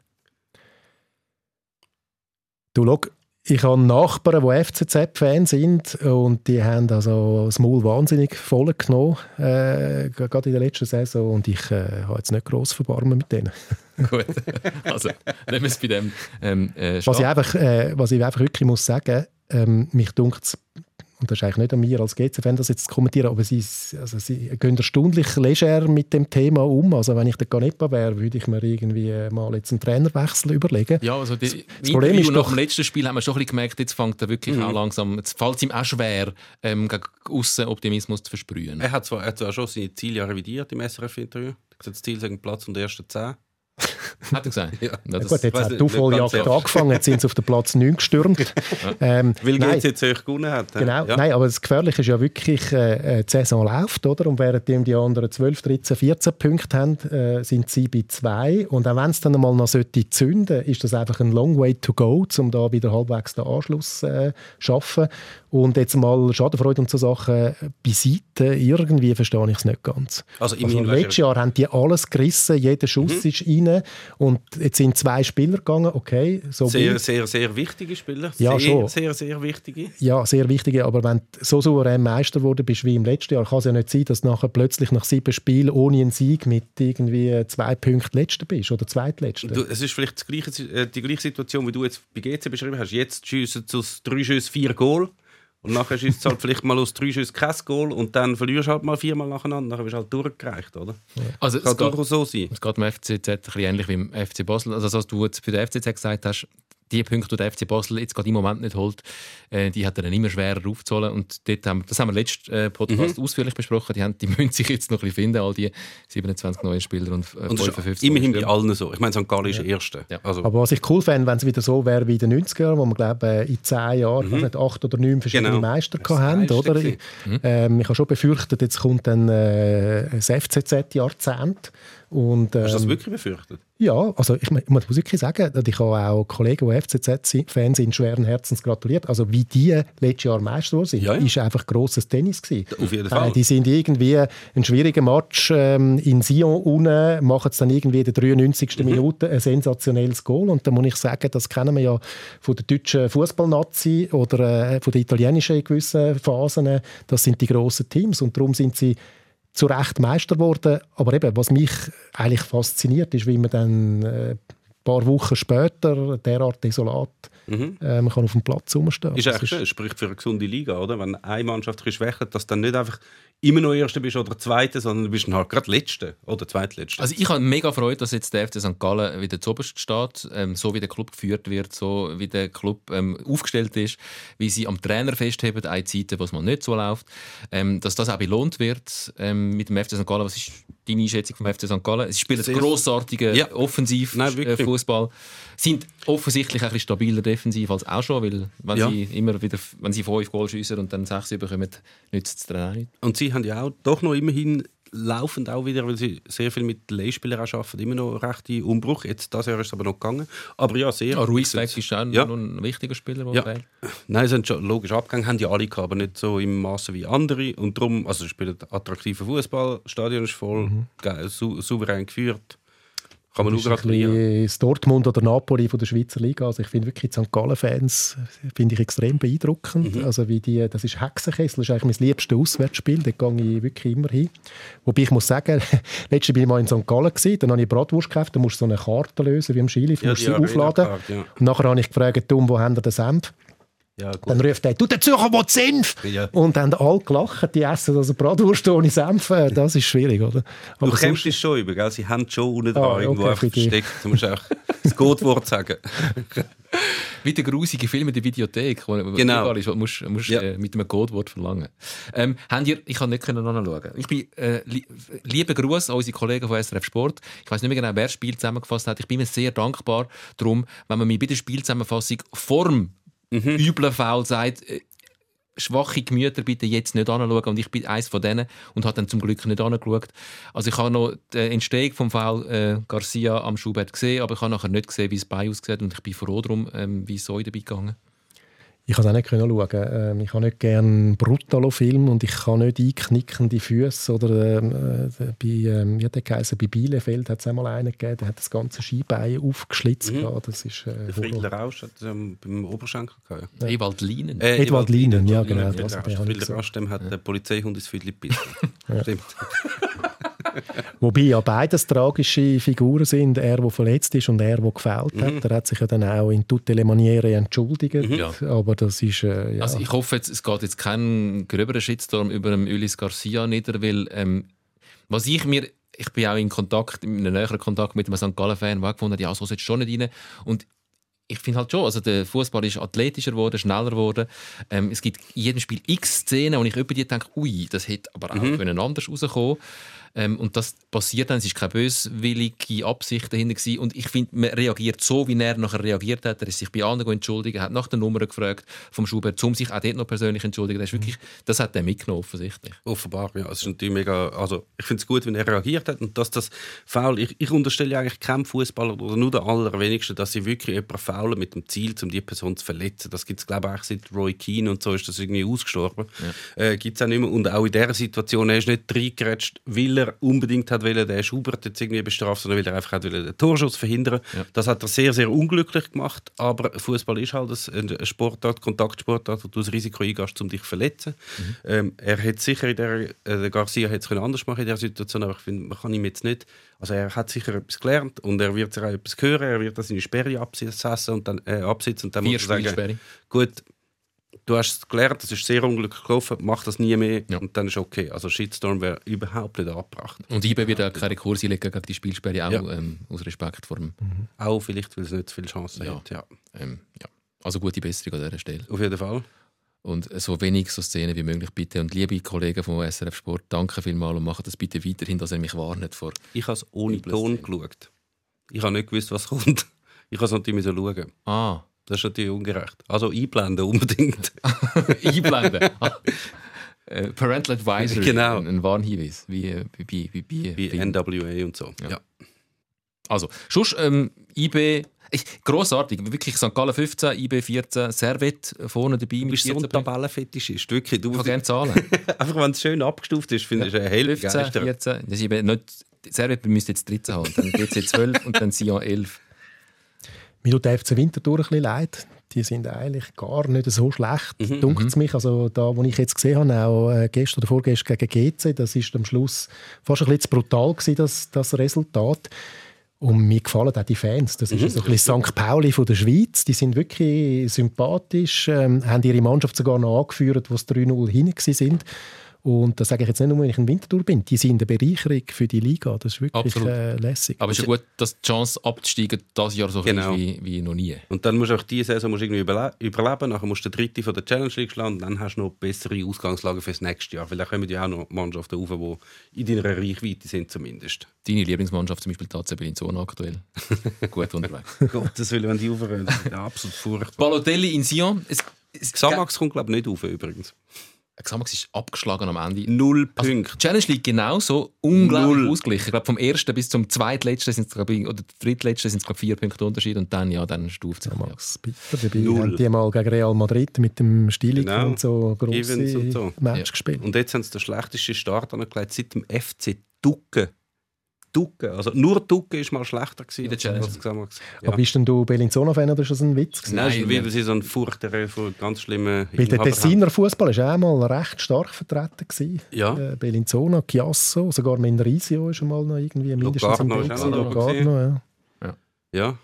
Du, schau, ich habe Nachbarn, die F C Z-Fans sind und die haben also das Maul wahnsinnig voll genommen, äh, gerade in der letzten Saison, und ich äh, habe jetzt nicht gross Verbarmen mit denen. Gut, also nehmen wir es bei dem ähm, äh, was, ich einfach, äh, was ich einfach wirklich muss sagen, ähm, mich dunkt, und das ist eigentlich nicht an mir als G C-Fan, das jetzt zu kommentieren, aber sie, also sie gehen erstaunlich leger mit dem Thema um. Also wenn ich der Canepa wäre, würde ich mir irgendwie mal jetzt einen Trainerwechsel überlegen. Ja, also die, das Problem ist nach doch, dem letzten Spiel haben wir schon ein bisschen gemerkt, jetzt fängt er wirklich mhm. auch langsam, jetzt fällt es ihm auch schwer, ähm, gegen aussen Optimismus zu versprühen. Er hat zwar, er hat zwar schon seine Ziele ja revidiert im S R F-Interview. Er hat das Ziel sagen, Platz um die ersten zehn. Hat er gesagt? Ja. Ja, gut, jetzt hat die Aufholjagd angefangen, jetzt sind sie auf den Platz neun gestürmt. ähm, Weil G C jetzt euch gewonnen hat. Genau, ja. Nein, aber das Gefährliche ist ja wirklich, äh, die Saison läuft, oder? Und während die anderen zwölf, dreizehn, vierzehn Punkte haben, äh, sind sie bei zwei. Und auch wenn es dann einmal noch zünden sollte, ist das einfach ein long way to go, um da wieder halbwegs den Anschluss zu äh, schaffen. Und jetzt mal Schadenfreude und so Sachen beiseite, irgendwie verstehe ich es nicht ganz. Also, also letztes Jahr haben die alles gerissen, jeder Schuss mhm. ist rein und jetzt sind zwei Spieler gegangen, okay. So sehr, sehr, sehr wichtige Spieler. Ja, sehr, schon. sehr, sehr wichtige. Ja, sehr wichtige, aber wenn du so souverän Meister geworden bist wie im letzten Jahr, kann es ja nicht sein, dass du nachher plötzlich nach sieben Spielen ohne einen Sieg mit irgendwie zwei Punkten Letzter bist oder Zweitletzter. Du, es ist vielleicht das gleiche, die gleiche Situation, wie du jetzt bei G C beschrieben hast. Jetzt schiessen sie aus drei Schüssen vier Goal. Und nachher schießt es halt vielleicht mal aus drei Schüssen kein Goal und dann verlierst du halt mal viermal nacheinander. Nachher bist du halt durchgereicht, oder? Also Kann es geht, durchaus so sein. es geht im F C Z ein bisschen ähnlich wie im F C Basel. Also was du jetzt für den F C Z gesagt hast, die Punkte, die der F C Basel jetzt gerade im Moment nicht holt, äh, die hat er dann immer schwerer aufzuholen. Und dort haben, das haben wir letzten äh, Podcast mhm. ausführlich besprochen. Die, haben, die müssen sich jetzt noch ein bisschen finden, all die siebenundzwanzig neuen Spieler und äh, und fünfundfünfzig. Immerhin bei allen so. Ich meine, Sankt Gallen ist der Erste. Ja. Also. Aber was ich cool fände, wenn es wieder so wäre wie in den neunziger Jahren, wo wir glaube in zehn Jahren mhm. nicht, acht oder neun verschiedene genau. Meister hatten. Oder? Ich, ähm, ich habe schon befürchtet, jetzt kommt dann äh, ein F C Z-Jahrzehnt. Und, ähm, Hast du das wirklich befürchtet? Ja, also ich, ich muss wirklich sagen, ich habe auch Kollegen, die F C Z-Fans sind, schweren Herzens gratuliert. Also wie die letztes Jahr Meister waren, ja, ja. ist einfach grosses Tennis gewesen. Auf jeden Fall. Äh, die sind irgendwie einen schwierigen Match ähm, in Sion unten, machen es dann irgendwie in der dreiundneunzigsten Mhm. Minute ein sensationelles Goal. Und da muss ich sagen, das kennen wir ja von der deutschen Fußballnazi oder äh, von der italienischen in gewissen Phasen. Das sind die grossen Teams und darum sind sie zu Recht Meister geworden. Aber eben, was mich eigentlich fasziniert, ist, wie man dann äh, ein paar Wochen später derart desolat mhm. äh, man kann auf dem Platz rumstehen. Ist eigentlich schön, das spricht für eine gesunde Liga, oder? Wenn eine Mannschaft schwächelt, dass du dann nicht einfach immer noch Erster bist oder Zweiter, sondern du bist dann halt gerade Letzter oder Zweitletzter. Also ich habe mega Freude, dass jetzt der F C Sankt Gallen wieder zuoberst steht, ähm, so wie der Club geführt wird, so wie der Club ähm, aufgestellt ist, wie sie am Trainer festheben, eine Zeit, wo es mal nicht so läuft, ähm, dass das auch belohnt wird ähm, mit dem F C Sankt Gallen. Was ist deine Einschätzung vom F C Sankt Gallen? Sie spielen einen grossartigen ja. Offensiv-Fußball, sind offensichtlich ein bisschen stabiler defensiv als auch schon, weil wenn ja. sie immer wieder, wenn sie fünf Goal schiessen und dann sechs bekommen, nützt es dann auch nicht. Und sie haben ja auch doch noch immerhin laufend auch wieder, weil sie sehr viel mit Leihspielern auch arbeiten, immer noch rechte Umbruch. Jetzt, das Jahr ist es aber noch gegangen. Aber ja, sehr. Ja, Ruiz weg ist auch ja. noch ein wichtiger Spieler. Ja. Nein, sie haben schon logisch abgegangen, haben die alle gehabt, aber nicht so im Maße wie andere. Und darum, also sie spielen attraktiven Fußball, das Stadion ist voll, mhm. geil, sou- souverän geführt. Kann man nur gratulieren. Das Dortmund oder Napoli von der Schweizer Liga. Also ich finde wirklich die Sankt Gallen-Fans finde ich extrem beeindruckend. Mhm. Also wie die, das ist Hexenkessel, das ist eigentlich mein liebstes Auswärtsspiel. Da gehe ich wirklich immer hin. Wobei ich muss sagen, letztes Mal war ich mal in Sankt Gallen, dann habe ich Bratwurst gekauft, da musst du so eine Karte lösen wie am Skilift, ja, musst sie aufladen. Ja. Und nachher habe ich gefragt, um, wo haben ihr den Senf? Ja, gut. Dann ruft er, du, der Zürcher will Senf! Ja. Und dann haben alle gelacht, die essen also Bratwurst ohne Senf. Das ist schwierig, oder? Aber du kennst es schon über, gell? Sie haben schon unten dran ah, irgendwo okay, versteckt. Du musst auch das Codewort sagen. Wie der grusige Film in der Videothek, wo genau. ist, wo musst, musst ja. äh, mit einem Codewort verlangen. Ähm, habt ihr, ich kann nicht nachschauen. Ich bin äh, li- lieber Gruß an unsere Kollegen von S R F Sport. Ich weiß nicht mehr genau, wer das Spiel zusammengefasst hat. Ich bin mir sehr dankbar darum, wenn man mir bei der Spielzusammenfassung Form Mhm. übler Foul sagt, äh, schwache Gemüter bitte jetzt nicht anschauen. Und ich bin eins von denen und habe dann zum Glück nicht angeschaut. Also ich habe noch die Entstehung vom Foul äh, Garcia am Schubert gesehen, aber ich habe nachher nicht gesehen, wie es bei aussieht. Und ich bin froh darum, ähm, wie es so dabei gegangen. Ich kann es auch nicht schauen. Ähm, ich habe nicht gerne Brutalo-Film und ich kann nicht einknickende Füße. Oder ähm, äh, bei, ähm, wie hat der geheißen, bei Bielefeld hat es einmal einen gegeben, der hat das ganze Skibein aufgeschlitzt. Mhm. Das ist, äh, der Friedler Rausch hat es ähm, beim Oberschenkel gehabt. Ja. Ewald Lienen. Äh, Ewald Lienen, ja genau. Friedler Rausch, Friedler Rausch, dem hat ja. der Polizeihund ins Viertel gebissen. Stimmt. Wobei ja beides tragische Figuren sind. Er, der verletzt ist und er, der gefällt hat. Mhm. Er hat sich ja dann auch in tutte le maniere entschuldigt. Mhm. Ja. Aber das ist... Äh, ja. Also ich hoffe, jetzt, es geht jetzt keinen gröberen Shitstorm über den Ulis Garcia nieder, weil ähm, was ich mir... Ich bin auch in Kontakt, in einem näheren Kontakt mit einem Sankt Gallen-Fan, der gefunden hat, ja, so sollte es schon nicht rein. Und ich finde halt schon, also der Fußball ist athletischer geworden, schneller geworden. Ähm, es gibt in jedem Spiel x Szenen, wo ich über die denke, ui, das hätte aber auch mhm. können anders rauskommen. Ähm, und das passiert dann, es war keine böswillige Absicht dahinter gewesen. Und ich finde, man reagiert so, wie er nachher reagiert hat. Er ist sich bei anderen entschuldigt, er hat nach der Nummer gefragt vom Schubert, um sich auch dort noch persönlich entschuldigen. Das, ist wirklich, das hat er mitgenommen, offensichtlich. Offenbar, ja. Es ist natürlich mega, also ich finde es gut, wenn er reagiert hat und dass das Foul, ich, ich unterstelle eigentlich keinem Fußballer oder nur den allerwenigsten, dass sie wirklich jemanden faulen mit dem Ziel, um die Person zu verletzen. Das gibt es, glaube ich, seit Roy Keane und so ist das irgendwie ausgestorben. Ja. Äh, gibt es auch nicht mehr. Und auch in dieser Situation, er ist nicht reingerätscht, weil er unbedingt hat wollen, den Schubert jetzt irgendwie bestrafen, sondern weil er einfach hat wollen, den Torschuss verhindern. Ja. Das hat er sehr, sehr unglücklich gemacht. Aber Fußball ist halt ein Sportart, Kontaktsportart, wo du das Risiko eingehst, um dich zu verletzen. Mhm. Ähm, er hätte sicher in der, äh, der Garcia hätte es anders machen in dieser Situation, aber ich finde, man kann ihm jetzt nicht. Also er hat sicher etwas gelernt und er wird sich auch etwas hören. Er wird seine Sperre absitzen und dann äh, absitzen und dann Vier muss er sagen, gut, du hast es gelernt, das ist sehr unglücklich gelaufen, mach das nie mehr Ja. und dann ist okay. Also Shitstorm wäre überhaupt nicht angebracht. Und I B wird auch keine Kurse legen gegen die Spielsperre, auch Ja. ähm, aus Respekt vor dem... Auch vielleicht, weil es nicht so viele Chancen Ja. hat. Ja, Ähm, ja. Also gute Besserung an dieser Stelle. auf jeden Fall. Und so wenig so Szenen wie möglich bitte. Und liebe Kollegen von S R F Sport, danke vielmals und macht das bitte weiterhin, dass ihr mich warnet vor... Ich habe es ohne Übles Ton Ding. geschaut. Ich habe nicht gewusst, was kommt. Ich habe es natürlich schauen. Ah, Das ist natürlich ungerecht. Also einblenden unbedingt. einblenden. Ah. Äh, Parental Advisory, Genau. ein, ein Warnhinweis, wie, äh, wie, wie, wie, Wie wie N W A und so. Ja. Ja. Also, sonst ähm, I B... Ich, grossartig, wirklich Sankt Gallen fünfzehn, I B vierzehn, Servet vorne dabei Du mit bist so ein vierzehn Punkten. Tabellenfetischist. Wirklich. Du, Ich kann gerne zahlen. einfach wenn es schön abgestuft ist, finde ich eine helle fünfzehn, Geister. vierzehn, das ist eben nicht... Servet müsste jetzt dreizehn haben, dann G C zwölf und dann Sion elf. Mir tut der F C Winterthur ein bisschen leid. Die sind eigentlich gar nicht so schlecht, mhm, dunkt es mich. Also da, wo ich jetzt gesehen habe, auch äh, gestern oder vorgestern gegen G C, das ist am Schluss fast ein bisschen zu brutal gewesen, das, das Resultat. Und mir gefallen auch die Fans. Das ist Mhm. so ein bisschen Sankt Pauli von der Schweiz. Die sind wirklich sympathisch, ähm, haben ihre Mannschaft sogar noch angeführt, wo sie drei null hinten sind. Und das sage ich jetzt nicht nur, wenn ich in Winterthur bin. Die sind eine Bereicherung für die Liga. Das ist wirklich äh, lässig. Aber es ist ja gut, dass die Chance abzusteigen dieses Jahr so viel Genau. ist wie, wie noch nie. Und dann musst du auch diese Saison musst du irgendwie überle überleben. Nachher musst du den dritten von der Challenge League schlagen. Und dann hast du noch bessere Ausgangslagen für das nächste Jahr. Weil dann kommen ja auch noch Mannschaften rauf, die in deiner Reichweite sind zumindest. Deine Lieblingsmannschaft, zum Beispiel T C Bellinzona aktuell. Gut unterwegs. Gottes Willen, wenn die aufhören, das ist absolut furchtbar. Balotelli in Sion. Es, es, Xamax kommt, glaube ich, nicht auf übrigens. Xamax ist abgeschlagen am Ende. Null Also, Punkte. Challenge League genauso unglaublich Null. ausgeglichen. Ich glaube, vom ersten bis zum zweitletzten sind es, glaube ich, oder drittletzten sind es, glaube ich, vier Punkte Unterschied und dann, ja, dann stuft sich. Ja. Max Bitter dabei. Null. Haben die mal gegen Real Madrid mit dem Stilik Genau. und so Evans grosse und so. Match Ja. gespielt. Und jetzt haben sie den schlechtesten Start angelegt seit dem F C Ducken. Ducken. Also nur Ducken war mal schlechter gewesen. In der Challenge. als Xamax. Ja. Aber bist denn du Bellinzona-Fan oder ist das ein Witz gewesen? Nein, Nein, weil nein. sie so einen furchtbaren, von ganz schlimmen Weil der Inhaber haben. Tessiner Fußball war auch mal recht stark vertreten gewesen. Ja. Äh, Bellinzona, Chiasso, sogar Mendrisio ist schon mal noch irgendwie mindestens im Locarno Bild ist auch gewesen. noch da Locarno, ja. Ja,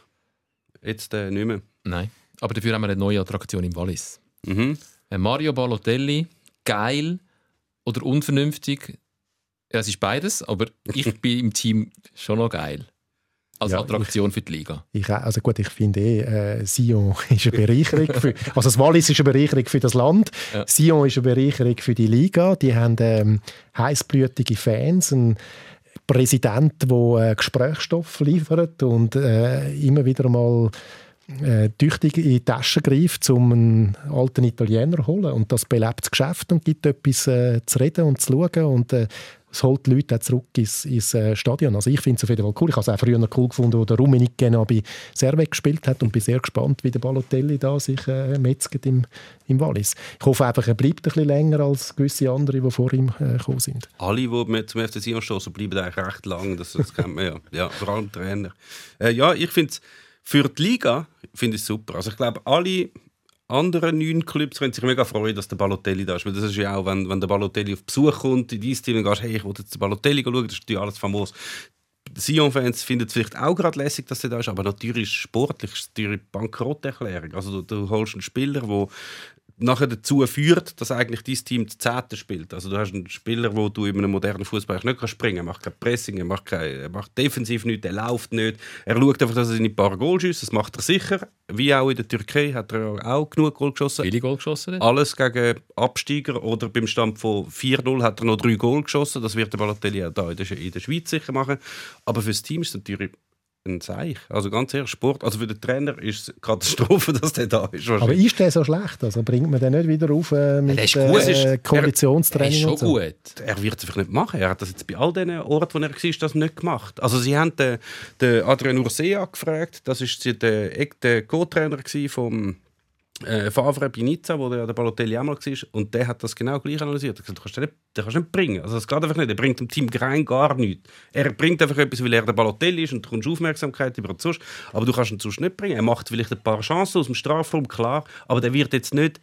jetzt äh, nicht mehr. Nein. Aber dafür haben wir eine neue Attraktion im Wallis. Mhm. Äh, Mario Balotelli, geil oder unvernünftig? Ja, es ist beides, aber ich bin im Team schon noch geil. Als Ja, Attraktion für die Liga. Ich, auch- also gut, ich finde eh, äh, Sion ist eine Bereicherung. Für, also das Wallis ist eine Bereicherung für das Land. Ja. Sion ist eine Bereicherung für die Liga. Die haben ähm, heissblütige Fans, einen Präsident, der äh, Gesprächsstoff liefert und äh, immer wieder mal äh, tüchtig in die Tasche greift, um einen alten Italiener zu holen. Und das belebt das Geschäft und gibt etwas äh, zu reden und zu schauen. Und äh, es holt die Leute auch zurück ins, ins äh, Stadion. Also ich finde es auf jeden Fall cool. Ich habe es auch früher noch cool gefunden, wo der Rummenigge noch bei Servet gespielt hat und bin sehr gespannt, wie der Balotelli da sich äh, metzget im, im Wallis. Ich hoffe einfach, er bleibt ein bisschen länger als gewisse andere, die vor ihm äh, gekommen sind. Alle, die zum F C Sion stoßen, bleiben eigentlich recht lang. Das, das kennt man ja. Ja, vor allem Trainer. Äh, ja, ich finde es für die Liga finde ich super. Also ich glaube, alle anderen neun Clubs können sich mega freuen, dass der Balotelli da ist. Weil das ist ja auch, wenn, wenn der Balotelli auf Besuch kommt in dein Team und gehst, hey, ich will jetzt den Balotelli schauen, das ist natürlich alles famos. Die Sion-Fans finden es vielleicht auch gerade lässig, dass er da ist, aber natürlich sportlich ist es natürlich Bankrotterklärung. Also du, du holst einen Spieler, der nachher dazu führt, dass eigentlich dein Team das Zehnte spielt. Also du hast einen Spieler, wo du in einem modernen Fußball nicht springen kannst. Er macht kein Pressing, er macht, kein, er macht defensiv nichts, er läuft nicht. Er schaut einfach, dass er seine paar Goal schießt. Das macht er sicher. Wie auch in der Türkei hat er auch genug Goal geschossen. Viele Goal geschossen? Dort? Alles gegen Absteiger oder beim Stand von vier null hat er noch drei Goal geschossen. Das wird der Balotelli auch da in der, in der Schweiz sicher machen. Aber für das Team ist es natürlich ein Seich. Also ganz ehrlich, Sport. Also für den Trainer ist es eine Katastrophe, dass der da ist. Aber ist der so schlecht? Also bringt man den nicht wieder auf äh, mit Der ist gut. äh, Er Konditionstraining? ist schon und so? gut. Er wird es einfach nicht machen. Er hat das jetzt bei all den Orten, wo er war, das nicht gemacht. Also sie haben den, den Adrian Ursea gefragt. Das war der, der Co-Trainer vom äh, Favre bei Nizza, wo der, der Balotelli auch mal war. Und der hat das genau gleich analysiert. Er hat gesagt, du kannst den nicht, den kannst du nicht bringen. Also das geht einfach nicht. Er bringt dem Team rein gar nichts. Er bringt einfach etwas, weil er der Balotelli ist und du kommst Aufmerksamkeit über den sonst. Aber du kannst ihn sonst nicht bringen. Er macht vielleicht ein paar Chancen aus dem Strafraum, klar. Aber der wird jetzt nicht...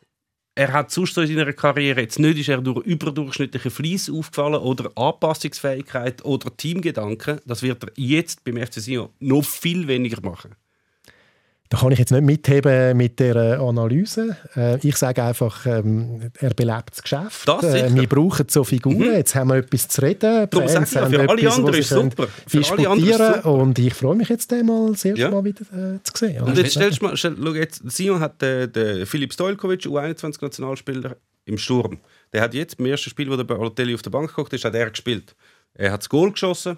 Er hat sonst so in seiner Karriere jetzt nicht, ist er durch überdurchschnittliche Fleiss aufgefallen oder Anpassungsfähigkeit oder Teamgedanken. Das wird er jetzt beim F C Sion noch viel weniger machen. Da kann ich jetzt nicht mitheben mit der Analyse. Äh, ich sage einfach, ähm, er belebt das Geschäft. Das äh, wir brauchen so Figuren. Mhm. Jetzt haben wir etwas zu reden. Darum sage ich ja, für alle anderen ist super. Für alle anderen ist super. Und ich freue mich jetzt einmal, das erste ja. Mal wieder äh, zu sehen. Und jetzt stellst du mal, stell, schau jetzt, Sion hat den, den Filip Stojkovic, U einundzwanzig-Nationalspieler, im Sturm. Der hat jetzt im ersten Spiel, wo der Balotelli auf der Bank geguckt ist, hat er gespielt. Er hat das Goal geschossen.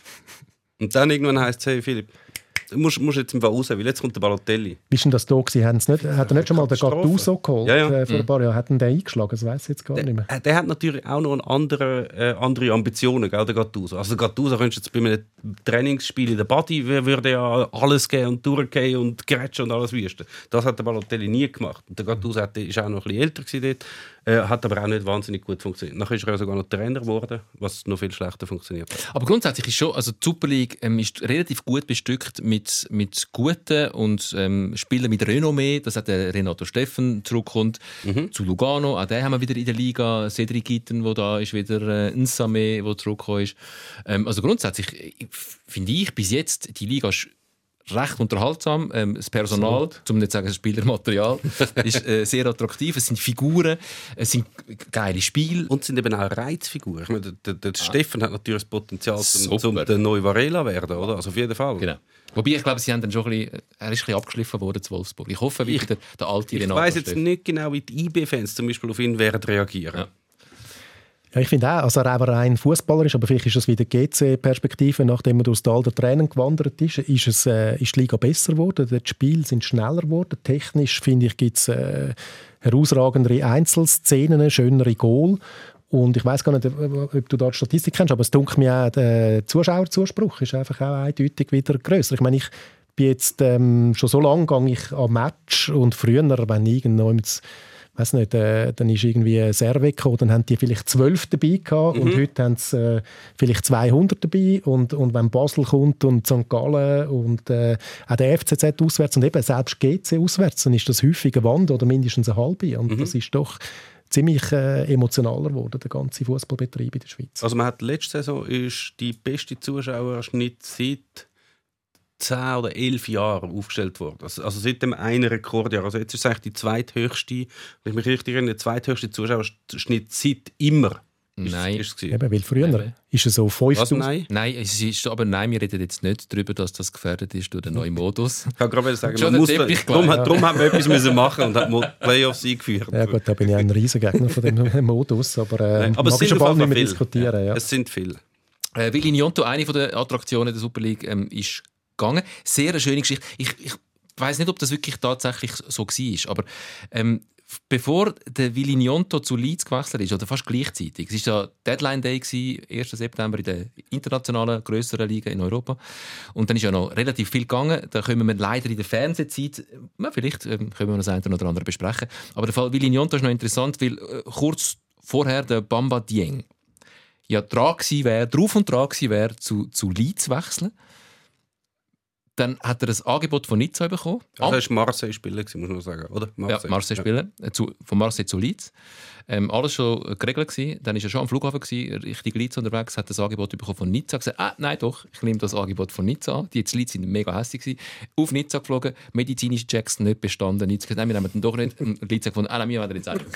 Und dann irgendwann heisst es, hey Filip, du musst, musst jetzt im Fall raus, weil jetzt kommt der Balotelli. Bist du das da gewesen? Nicht, hat er nicht schon mal den Gattuso geholt? Ja, ja. Äh, vor ein paar Jahren hat er den eingeschlagen, das weiss ich jetzt gar der, nicht mehr. Der hat natürlich auch noch andere, äh, andere Ambitionen, gell, der Gattuso. Also der Gattuso könntest du jetzt bei einem Trainingsspiel in der Body, würde ja alles gehen und durchgehen und grätschen und alles wüsten. Das hat der Balotelli nie gemacht. Und der Gattuso hat, ist auch noch ein bisschen älter gewesen dort, äh, hat aber auch nicht wahnsinnig gut funktioniert. Nachher ist er sogar noch Trainer geworden, was noch viel schlechter funktioniert. Aber grundsätzlich ist schon, also die Super League ähm, ist relativ gut bestückt mit, mit guten und ähm, Spielern mit Renommee. Das hat der Renato Steffen zurückkommt mhm. zu Lugano. Auch den haben wir wieder in der Liga. Cedric Gitten, der da ist, wieder äh, Nsame, der zurückgekommen ist. Ähm, also grundsätzlich finde ich bis jetzt die Liga recht unterhaltsam. Ähm, das Personal, Absolut. um nicht zu sagen das Spielermaterial, ist äh, sehr attraktiv. Es sind Figuren, es sind geile Spiele. Und es sind eben auch Reizfiguren. Ich meine, der, der, der ah. Steffen hat natürlich das Potenzial, zum, zum der neue Varela werden, oder? Also auf jeden Fall. Genau. Wobei, ich glaube, sie haben dann schon ein bisschen, er ist ein bisschen abgeschliffen worden zu Wolfsburg. Ich hoffe, wieder der, der alte ich Renato Ich weiss jetzt Steffen. nicht genau, wie die I B-Fans zum Beispiel auf ihn werden reagieren. Ja. Ja, ich finde auch, also er auch rein Fußballer ist, aber vielleicht ist es wieder die G C-Perspektive, nachdem er aus Tal der Tränen gewandert ist, ist, es, äh, ist die Liga besser geworden, die Spiele sind schneller geworden, technisch finde ich, gibt es äh, herausragendere Einzelszenen, schönere Goal. Und ich weiss gar nicht, ob du da die Statistik kennst, aber es dunkelt mir auch, der Zuschauerzuspruch ist einfach auch eindeutig wieder grösser. Ich meine, ich bin jetzt ähm, schon so lange gehe ich am Match und früher, wenn irgendjemand weiss nicht, äh, dann ist irgendwie Servet gekommen, dann haben die vielleicht zwölf dabei gehabt mhm. und heute haben sie äh, vielleicht zweihundert dabei und, und wenn Basel kommt und Sankt Gallen und äh, auch der F C Z auswärts und eben selbst G C auswärts, dann ist das häufig eine Wand oder mindestens eine halbe und mhm. das ist doch ziemlich äh, emotionaler geworden, der ganze Fußballbetrieb in der Schweiz. Also man hat letzte Saison ist die beste Zuschauerschnitt seit zehn oder elf Jahren aufgestellt worden. Also, also seit dem einen Rekordjahr. Also jetzt ist es eigentlich die zweithöchste, wenn ich mich richtig erinnere, der zweithöchste Zuschauerschnitt seit immer. Nein. Ist, ist Eben, weil früher nein. ist es so fünftausend. Nein? Nein, es ist, aber nein, wir reden jetzt nicht darüber, dass das gefährdet ist durch den neuen Modus. Ich kann gerade sagen, man muss da, darum, ja. darum haben wir etwas müssen machen und haben Playoffs eingeführt. Ja gut, da bin ich ein riesen Gegner von dem Modus, aber, äh, nein, aber mag ich schon bald nicht mehr viel. diskutieren. Ja. Ja. Es sind viele. Äh, Willi Gnonto, eine der Attraktionen der Super League, ähm, ist gegangen. Sehr eine schöne Geschichte. Ich, ich weiss nicht, ob das wirklich tatsächlich so war, aber ähm, bevor der Willi Gnonto zu Leeds gewechselt ist, oder fast gleichzeitig, es war ja Deadline Day, ersten September in der internationalen, grösseren Liga in Europa. Und dann ist ja noch relativ viel gegangen. Da können wir leider in der Fernsehzeit, ja, vielleicht ähm, können wir das eine oder andere besprechen. Aber der Fall Willi Gnonto ist noch interessant, weil äh, kurz vorher der Bamba Dieng ja dran gewesen wäre, drauf und dran gewesen wäre, zu, zu Leeds zu wechseln. Dann hat er ein Angebot von Nizza bekommen. Also er war Marseille-Spieler, muss man sagen, oder? Marseille. Ja, Marseille-Spieler, ja. Zu, von Marseille zu Leeds. Ähm, alles schon geregelt gewesen. Dann war er schon am Flughafen gewesen, Richtung Leeds unterwegs, hat das Angebot bekommen von Nizza. Gesagt, ah, nein doch, ich nehme das Angebot von Nizza an. Die jetzt Leeds sind mega hässlich gewesen. Auf Nizza geflogen, medizinische Checks nicht bestanden. Nizza gesagt, nein, wir nehmen den doch nicht. Und Leeds hat gefunden, ah, nein, wir werden jetzt auch.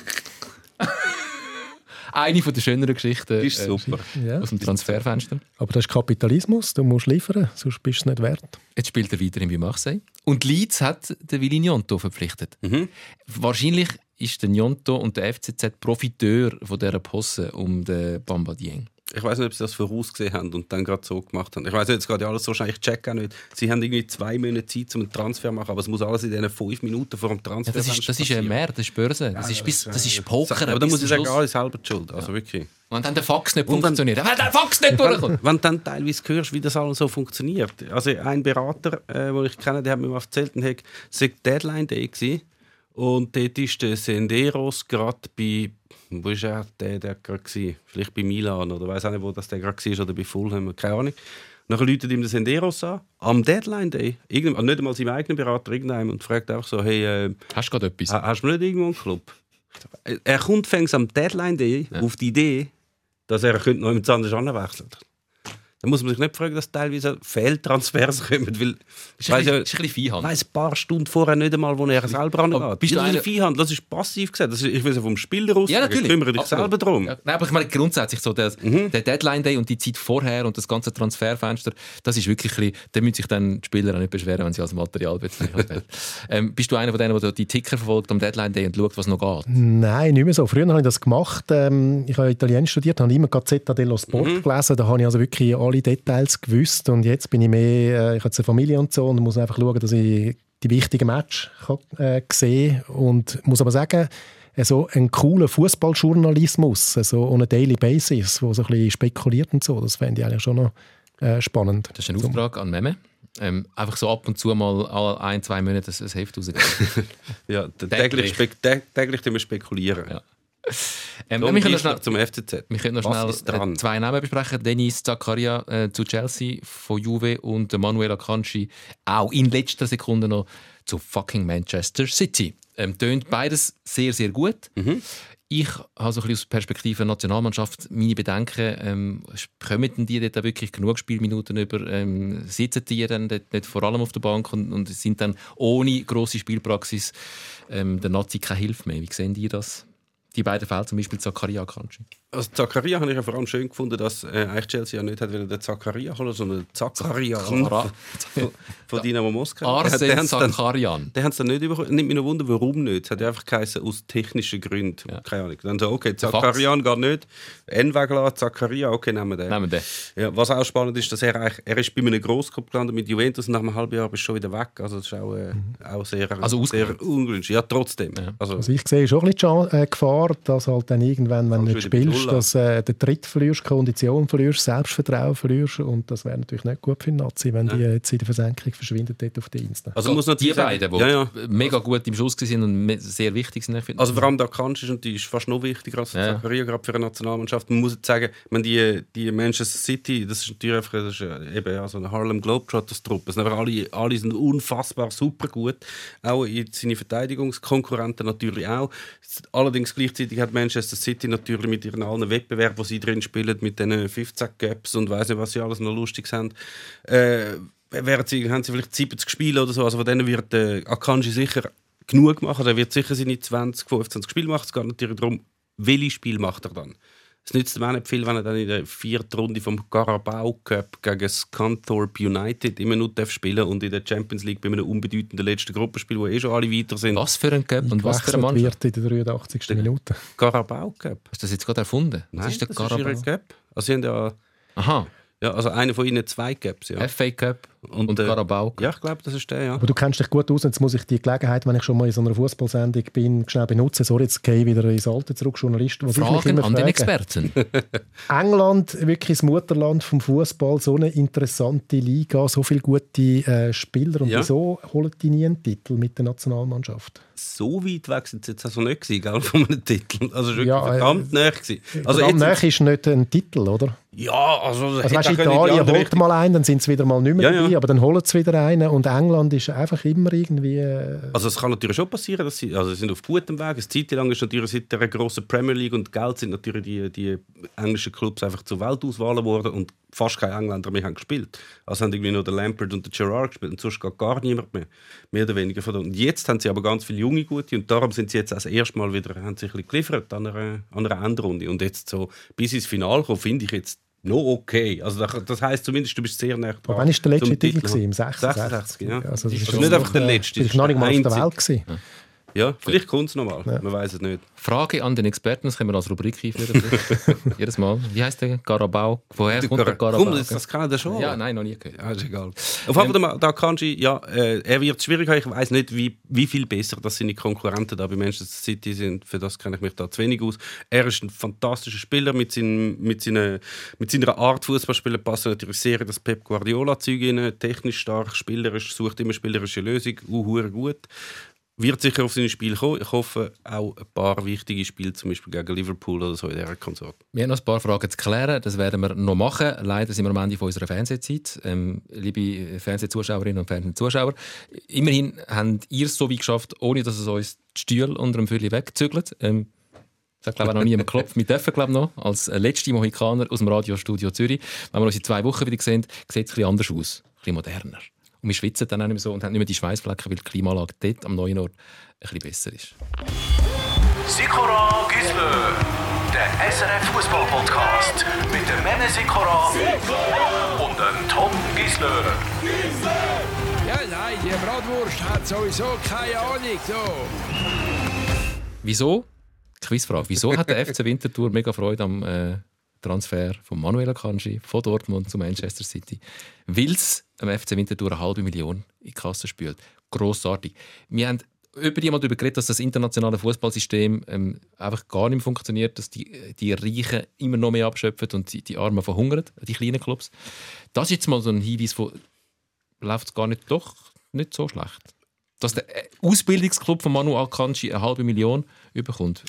Eine der schöneren Geschichten ist super. Äh, aus dem Transferfenster. Aber das ist Kapitalismus, du musst liefern, sonst bist du es nicht wert. Jetzt spielt er weiterhin bei Marseille. Und Leeds hat den Willi Gnonto verpflichtet. Mhm. Wahrscheinlich ist der Gnonto und der F C Z Profiteur von dieser Posse um den Bamba Dieng. Ich weiß nicht, ob sie das vorausgesehen haben und dann gerade so gemacht haben. Ich weiß jetzt gerade alles so schnell, ich check auch nicht. Sie haben irgendwie zwei Monate Zeit, um einen Transfer zu machen, aber es muss alles in diesen fünf Minuten vor dem Transfer ja, das ist, das ist ein Mehr, das ist Börse, das, ja, ist, bis, das ist Poker. Aber da muss ich sagen, alles selber die Schuld. Also ja. wirklich. Und dann der Fax nicht funktioniert. Wenn der Fax nicht durchkommt. Wenn du dann teilweise hörst, wie das alles so funktioniert. Also ein Berater, äh, den ich kenne, der hat mir mal erzählt, es war Deadline Day gewesen. Und dort ist der Senderos gerade bei, wo war er, der, der gerade war? Vielleicht bei Milan oder weiß auch nicht, wo das der gerade war, oder bei Fulham, keine Ahnung. Nachher läutet ihm der Senderos an, am Deadline Day, nicht einmal seinem eigenen Berater, irgendeinem, und fragt einfach so, hey, äh, hast du gerade etwas? Hast du nicht irgendwo einen Club? Er kommt fängs am Deadline Day ja. auf die Idee, dass er noch jemand anderes anwechseln könnte. dann muss man sich nicht fragen, dass teilweise Fehltransfers kommen, weil Ist ich ein weiss ja, bisschen- ist ein bisschen Feinhandel. weiss ein paar Stunden vorher nicht einmal, wo er selber Aber angeht. bist du Das ist einer- ein Feinhandel, das ist passiv gesagt. Das ist, ich will ja vom Spieler aus Ja, sagen, natürlich. kümmere dich Absolut. selber darum. Ja, nein, aber ich meine grundsätzlich so der, Mhm. der Deadline-Day und die Zeit vorher und das ganze Transferfenster, das ist wirklich ein bisschen, da müssen sich dann die Spieler auch nicht beschweren, wenn sie als Material bezeichnet werden. ähm, bist du einer von denen, der die Ticker verfolgt am Deadline-Day und schaut, was noch geht? Nein, nicht mehr so. Früher habe ich das gemacht. Ähm, ich habe Italienisch studiert, habe immer Gazzetta dello Sport Mhm. gelesen. Da habe ich also wirklich alle Details gewusst. Und jetzt bin ich mehr, äh, ich habe jetzt eine Familie und so und muss einfach schauen, dass ich die wichtigen Matches kann, äh, sehen kann. Und muss aber sagen, so ein cooler Fußballjournalismus, so on a daily basis, wo so ein bisschen spekuliert und so, das fände ich eigentlich schon noch äh, spannend. Das ist ein Auftrag an Meme. Ähm, einfach so ab und zu mal alle ein, zwei Monate ein, ein Heft rausgeben. Ja, täglich, Täglich. spek tä- täglich tun wir spekulieren. Ja. ähm, Darum wir können noch gleich schnell, noch zum F C Z. wir können noch Was schnell ist dran? äh, zwei Namen besprechen. Denis Zakaria äh, zu Chelsea von Juve und Manuel Akanji auch in letzter Sekunde noch zu fucking Manchester City. Ähm, tönt beides sehr, sehr gut. Mhm. Ich habe so ein bisschen aus Perspektive der Nationalmannschaft meine Bedenken. Ähm, kommen denn die dort auch wirklich genug Spielminuten über? Ähm, sitzen die dann dort nicht vor allem auf der Bank und, und sind dann ohne grosse Spielpraxis ähm, der Nazi keine Hilfe mehr? Wie sehen die das? Die beiden Fälle, zum Beispiel Zakaria Akanji. Also Zakaria habe ich ja vor allem schön gefunden, dass äh, eigentlich Chelsea ja nicht hat den Zakaria holen, sondern den Zakaria Zara- von, von Dynamo Moskau. Arsene Den haben sie dann- Zakarian. Den haben sie dann nicht überkommen. Nimmt mich noch Wunder, warum nicht. Es hat ja einfach geheißen, aus technischen Gründen. Ja. Keine Ahnung. Dann so, okay, Der Zakarian geht nicht. N weglassen, Zakaria, okay, nehmen wir den. Nehmen wir den. Ja, was auch spannend ist, dass er eigentlich, er ist bei einem Grosscup gelandet mit Juventus und nach einem halben Jahr ist er schon wieder weg. Also das ist auch, äh, auch sehr, Also sehr ausgegangen. ungünstig. Ja, trotzdem. Ja. Also, Also ich sehe schon ein bisschen die äh, Gefahr, dass halt dann irgendwann, wenn du Kommst nicht wieder bei spielst, Null an. dass äh, der Tritt verlierst, Kondition verlierst, Selbstvertrauen verlierst und das wäre natürlich nicht gut für den Nazi, wenn die jetzt in der Versenkung verschwinden dort auf der Insta. also muss die natürlich sagen- beiden, die ja, ja. mega gut im Schuss waren und me- sehr wichtig sind. Ich finde. Also vor allem der Akanji ist natürlich fast noch wichtiger als Ja. Zakaria, gerade für eine Nationalmannschaft. Man muss jetzt sagen, wenn die, die Manchester City, das ist natürlich einfach das ist ja eben ja so eine Harlem Globetrotters-Truppe. Es sind einfach alle, alle sind unfassbar super gut. Auch seine Verteidigungskonkurrenten natürlich auch. Allerdings gleichzeitig hat Manchester City natürlich mit ihren allen Wettbewerben, wo sie drin spielen, mit diesen fünfzehn Gaps und weiss nicht, was sie alles noch lustig haben, äh, während sie, haben sie vielleicht siebzig Spiele oder so. Also von denen wird äh, Akanji sicher genug machen. Er wird sicher seine zwanzig, fünfzehn Spiele machen. Es geht natürlich darum, welche Spiel macht er dann. Es nützt ihm auch nicht viel, wenn er dann in der vierten Runde vom Carabao Cup gegen Scunthorpe United immer nur spielen darf und in der Champions League bei einem unbedeutenden letzten Gruppenspiel, wo eh schon alle weiter sind. Was für ein Cup und was für eine Gewechselt Mannschaft? wird in der dreiundachtzigsten Minute. Carabao Cup? Hast du das jetzt gerade erfunden? Nein, was ist der das Carabao? ist ihr Cup. Also sie haben ja, Aha, ja, also einer von ihnen zwei Caps. Ja, F A Cup und, Und, äh, Carabao Cup. ja ich glaube, das ist der, ja. Aber du kennst dich gut aus, jetzt muss ich die Gelegenheit, wenn ich schon mal in so einer Fußballsendung bin, schnell benutzen. Sorry, jetzt gehe ich wieder ins Alte zurück, Journalist. Was ich mich Fragen immer an den frage, Experten. England, wirklich das Mutterland vom Fußball, so eine interessante Liga, so viele gute äh, Spieler. Und Ja. wieso holen die nie einen Titel mit der Nationalmannschaft? So weit weg sind sie jetzt also nicht gewesen, gell, von einem Titel. Also es war wirklich Ja, äh, verdammt nahe gewesen. Also Verdammt jetzt- nahe ist nicht ein Titel, oder? Ja, also... Also hätte weißt, auch können in die Italien andere holt Richtung- mal einen, dann sind sie wieder mal nicht mehr Ja, dabei, ja. aber dann holen sie wieder einen und England ist einfach immer irgendwie... Äh, Also es kann natürlich schon passieren, dass sie, also sie sind auf gutem Weg. Eine Zeit lang ist natürlich seit der grossen Premier League und Geld sind natürlich die, die englischen Clubs einfach zur Weltauswahl geworden und fast keine Engländer mehr haben gespielt. Also haben irgendwie nur der Lampard und der Gerrard gespielt und sonst geht gar niemand mehr. Mehr oder weniger von denen. Und jetzt haben sie aber ganz viele junge Gute und darum sind sie jetzt als erstes Mal wieder, haben sie ein bisschen geliefert an einer, an einer Endrunde. Und jetzt so bis ins Finale kommen, finde ich jetzt noch okay. Also das, das heisst zumindest, du bist sehr nah dran. Aber wann war der letzte zum Titel? Titel. gewesen? Im sechsundsechzig? sechsundsechzig, ja. Also das Also ist nicht schon einfach der noch, äh, letzte, das Vielleicht noch nicht ist mal auf der der Welt gewesen. Ja, vielleicht kommt es nochmal. Man weiß es nicht. Frage an den Experten, das können wir als Rubrik einführen. Jedes Mal. Wie heißt der? Carabao? Woher kommt der Carabao? Komm, das, das kann er schon. Ja, nein, noch nie gehört. Ja, ist egal. Auf jeden Fall, der, der Akanji, ja, äh, er wird es schwierig haben. Ich weiß nicht, wie, wie viel besser dass seine Konkurrenten da bei Manchester City sind. Für das kenne ich mich da zu wenig aus. Er ist ein fantastischer Spieler. Mit, seinem, mit, seiner, mit seiner Art Fußballspieler passt natürlich sehr in das Pep Guardiola-Zeug rein. Technisch stark, spielerisch, sucht immer spielerische Lösung. Uh, gut. Wird sicher auf sein Spiel kommen. Ich hoffe auch ein paar wichtige Spiele, zum Beispiel gegen Liverpool oder so in dieser Konsort. Wir haben noch ein paar Fragen zu klären, das werden wir noch machen. Leider sind wir am Ende von unserer Fernsehzeit. Ähm, liebe Fernsehzuschauerinnen und Fernsehzuschauer, immerhin habt ihr es so weit geschafft, ohne dass es uns die Stühle unter dem Fülli wegzügelt. Ähm, Das hat, glaube ich, noch niemand geklopft. Wir dürfen, glaube ich, noch als letzte Mohikaner aus dem Radiostudio Zürich, wenn wir uns in zwei Wochen wieder sehen, sieht es ein bisschen anders aus, ein bisschen moderner. Und wir schwitzen dann auch nicht mehr so und haben nicht mehr die Schweißflecken, weil die Klimaanlage dort am neuen Ort ein bisschen besser ist. Sikora Gisler, der S R F Fußball-Podcast mit dem Mene Sikora und dem Tom Gisler. Ja, nein, die Bratwurst hat sowieso keine Ahnung. So. Wieso? Quizfrage. Wieso hat der F C Winterthur mega Freude am äh, Transfer von Manuel Akanji von Dortmund zu Manchester City? Weil es am F C Winterthur eine halbe Million in die Kasse spült. Grossartig. Wir haben über die mal darüber geredet, dass das internationale Fußballsystem ähm, einfach gar nicht mehr funktioniert, dass die, die Reichen immer noch mehr abschöpfen und die, die Armen verhungern, die kleinen Clubs. Das ist jetzt mal so ein Hinweis von, läuft es gar nicht, doch nicht so schlecht. Dass der Ausbildungsclub von Manu Akanji eine halbe Million überkommt.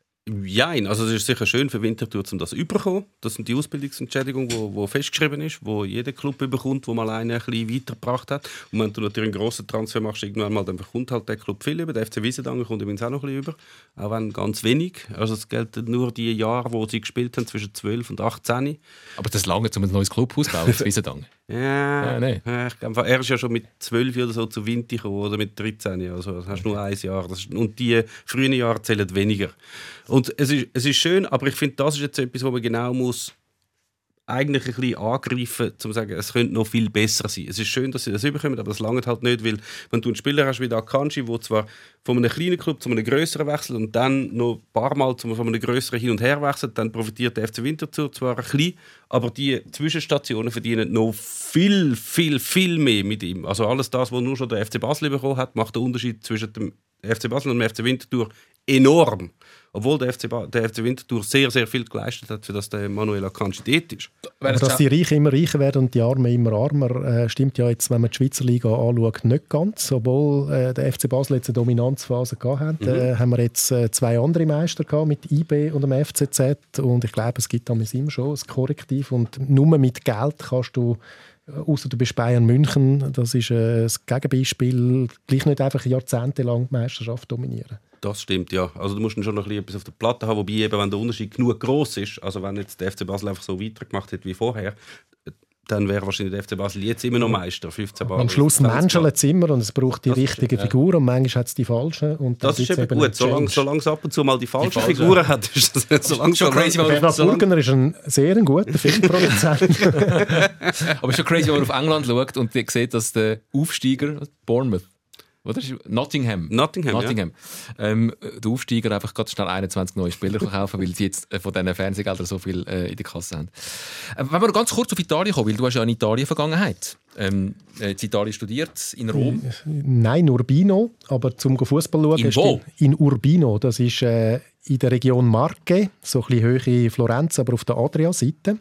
Nein, also es ist sicher schön für Winterthur, um das zu bekommen. Das sind die Ausbildungsentschädigung, die wo, wo festgeschrieben ist, wo jeder Club bekommt, wo mal einen ein bisschen weitergebracht hat. Und wenn du natürlich einen grossen Transfer machst, irgendwann mal, dann bekommt halt der Club viel über. Der F C Wiesendangen kommt übrigens auch noch ein bisschen über, auch wenn ganz wenig. Also es gilt nur die Jahre, wo sie gespielt haben, zwischen zwölf und achtzehn. Aber das lange, um ein neues Clubhaus zu bauen, das Wiesendangen. Ja, ja nee. ich glaube, er ist ja schon mit zwölf oder so zu Winter gekommen, oder mit dreizehn. Also das hast du nur ein Jahr. Das ist, und die frühen Jahre zählen weniger. Und es ist, es ist schön, aber ich finde, das ist jetzt etwas, wo man genau muss eigentlich ein bisschen angreifen, um zu sagen, es könnte noch viel besser sein. Es ist schön, dass sie das überkommen, aber das langt halt nicht, weil wenn du einen Spieler hast wie der Akanji, der zwar von einem kleinen Club zu einem grösseren wechselt und dann noch ein paar Mal von einem grösseren hin und her wechselt, dann profitiert der F C Winterthur zwar ein bisschen, aber die Zwischenstationen verdienen noch viel, viel, viel mehr mit ihm. Also alles das, was nur schon der F C Basel bekommen hat, macht den Unterschied zwischen dem F C Basel und dem F C Winterthur enorm. Obwohl der F C, ba- der F C Winterthur sehr, sehr viel geleistet hat, für das der Manuel Akanji dort ist. Aber dass die Reichen immer reicher werden und die Armen immer armer, äh, stimmt ja jetzt, wenn man die Schweizer Liga anschaut, nicht ganz. Obwohl äh, der F C Basel jetzt eine Dominanzphase gehabt hat, mhm. äh, haben wir jetzt äh, zwei andere Meister gehabt, mit I B und dem F C Z. Und ich glaube, es gibt damals immer schon ein Korrektiv. Und nur mit Geld kannst du, außer du bist Bayern München, das ist äh, das Gegenbeispiel, gleich nicht einfach jahrzehntelang die Meisterschaft dominieren. Das stimmt, ja. Also du musst schon noch etwas auf der Platte haben, wobei eben, wenn der Unterschied genug gross ist, also wenn jetzt der F C Basel einfach so weitergemacht hätte wie vorher, dann wäre wahrscheinlich der F C Basel jetzt immer noch Meister. fünfzehn Jahre. Am Schluss menschelt es immer und es braucht die das richtigen stimmt, Figuren ja. Und manchmal hat es die falschen. Und das ist eben gut, solange, solange es ab und zu mal die falschen die falsche. Figuren hat, ist das nicht so lange schon crazy. Bernhard Burgener ist ein sehr guter Filmproduzent. Aber es ist schon crazy, wenn man auf England schaut und sieht, dass der Aufsteiger Bournemouth, oder? Nottingham. Nottingham, Nottingham. Ja. Ähm, der Aufsteiger einfach ganz schnell einundzwanzig neue Spieler kaufen, weil sie jetzt von diesen Fernsehgeldern so viel äh, in der Kasse haben. Äh, wenn wir ganz kurz auf Italien kommen, weil du hast ja eine Italien-Vergangenheit. Ähm, äh, in Italien studiert, in Rom? Nein, in Urbino, aber zum Fußball schauen. In wo? In Urbino, das ist äh, in der Region Marche, so ein bisschen Höhe Florenz, aber auf der Adria-Seite.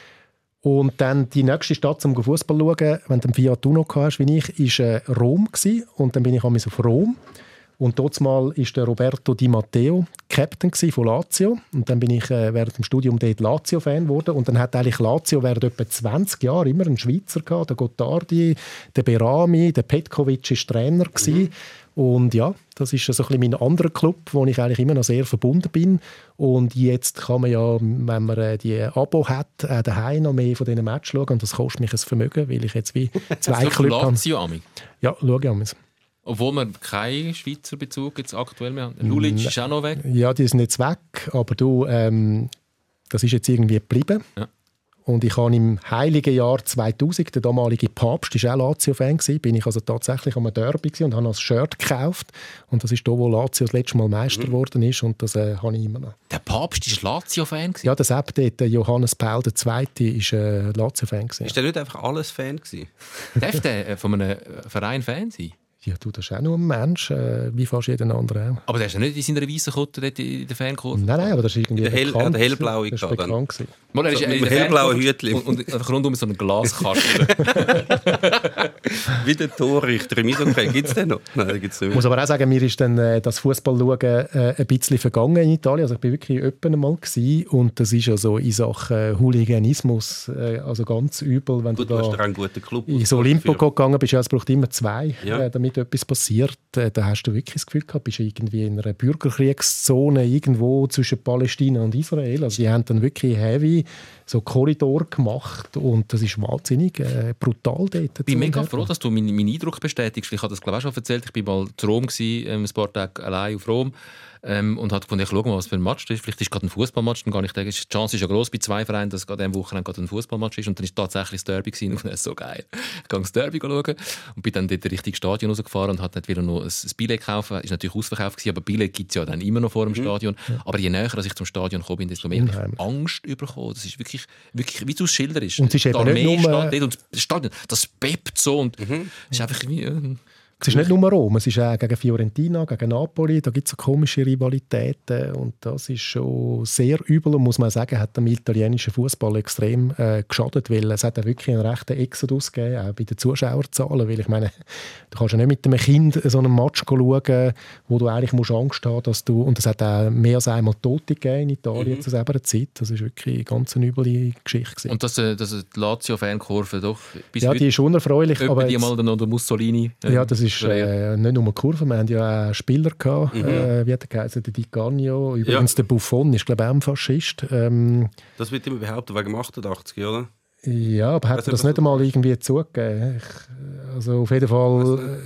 Und dann die nächste Stadt zum Fußball schauen, wenn du einen Fiat Uno hast, wie ich, war äh, Rom gewesen. Und dann bin ich auf Rom. Und dort mal war der Roberto Di Matteo Captain von Lazio. Und dann bin ich äh, während dem Studium dort Lazio-Fan geworden. Und dann hat eigentlich Lazio während etwa zwanzig Jahren immer einen Schweizer gehabt, der Gottardi, der Berami, der Petkovic war Trainer gewesen. Mhm. Und ja, das ist so ein bisschen mein anderer Club, wo ich eigentlich immer noch sehr verbunden bin. Und jetzt kann man ja, wenn man die Abo hat, äh, daheim noch mehr von diesen Matches schauen. Und das kostet mich ein Vermögen, weil ich jetzt wie zwei Clubs habe. Lazio, ja, schaue ich einmal. Obwohl wir keinen Schweizer Bezug jetzt aktuell mehr haben. Lulic ist auch noch weg. Ja, die sind jetzt weg, aber du, ähm, das ist jetzt irgendwie geblieben. Ja. Und ich habe im heiligen Jahr zweitausend, der damalige Papst war auch Lazio-Fan, bin ich also tatsächlich am Derby und habe ein Shirt gekauft. Und das ist da, wo Lazio das letzte Mal Meister geworden ist. Und das äh, habe ich immer noch. Der Papst war Lazio-Fan? Ja, der Sepp dort, Johannes Paul der Zweite, war äh, Lazio-Fan. Ist der nicht einfach alles Fan gewesen? Darf der äh, von einem Verein Fan sein? Ja, du, das ist auch nur ein Mensch, äh, wie fast jeder andere auch. Aber der ist ja nicht in seiner weißen Kutte dort in der Fankurve? Nein, nein, aber das ist irgendwie der Hell, bekannt. Der hellblaue das ist bekannt gewesen. Mal, er ist so, mit einem hellblauen Hütchen. Und, und einfach rundum so einen Glaskasten. Wie der Torrichter im Eishockey. Gibt es den noch? Nein, den gibt's nicht mehr. Ich muss aber auch sagen, mir ist dann äh, das Fußballschauen äh, ein bisschen vergangen in Italien. Also ich war wirklich öppen einmal gewesen, und das ist ja so in Sachen Hooliganismus äh, also ganz übel, wenn Gut, du du da hast einen guten Club in so Olimpo dafür. gegangen bist. Ja, es braucht immer zwei, Ja. äh, damit etwas passiert. Äh, da hast du wirklich das Gefühl gehabt, bist du irgendwie in einer Bürgerkriegszone irgendwo zwischen Palästina und Israel. Also die haben dann wirklich heavy so Korridor gemacht, und das ist wahnsinnig äh, brutal dort. Ich bin mega froh, dass du meinen, meinen Eindruck bestätigst. Ich habe das glaube ich auch schon erzählt. Ich war mal in Rom, gewesen, ähm, ein paar Tage allein auf Rom. Ähm, und habe gefunden, ich schau mal, was für ein Match das ist. Vielleicht ist gerade ein Fußballmatch, dann gar nicht. Die Chance ist ja gross bei zwei Vereinen, dass gerade am Wochenende gerade ein Fußballmatch ist. Und dann ist tatsächlich das Derby gewesen. Und das ist so geil. Ich gehe das Derby schauen und bin dann dort Richtung Stadion rausgefahren und habe nicht wieder noch ein, ein Billett kaufen. Ist natürlich ausverkauft gewesen, aber Billett gibt es ja dann immer noch vor dem Mhm. Stadion. Aber je näher als ich zum Stadion gekommen bin, desto mehr habe Unheimlich. ich Angst bekommen. Das ist wirklich, wirklich wie du es schilderst. Und es ist Die eben nicht Armee nur- steht dort und das Stadion, das bebt so. Und es ist einfach wie... Äh, Es ist nicht nur Rom, es ist auch gegen Fiorentina, gegen Napoli, da gibt es so komische Rivalitäten, und das ist schon sehr übel, und muss man sagen, hat dem italienischen Fußball extrem äh, geschadet, weil es hat auch wirklich einen rechten Exodus gegeben, auch bei den Zuschauerzahlen, weil ich meine, du kannst ja nicht mit einem Kind so einen Match schauen, wo du eigentlich musst Angst haben, dass du, und es hat auch mehr als einmal Tote gegeben in Italien Mhm. zu selber Zeit, das ist wirklich eine ganz eine üble Geschichte gewesen. Und dass, äh, dass die Lazio-Fankurve doch bis Ja, heute die ist unerfreulich, etwa aber die jetzt- mal noch der Mussolini. äh, Ja, das ist verehrt. äh, nicht nur Kurve. Wir hatten ja auch Spieler gehabt, Mhm. äh, wie hat der geheißen, der Di Canio. Übrigens Ja. der Buffon ist, glaube ich, auch ein Faschist. Ähm, Das wird immer behauptet, wegen dem achtundachtzig, oder? ja, aber hat Also er das das- nicht einmal irgendwie zugegeben? Ich, also auf jeden Fall,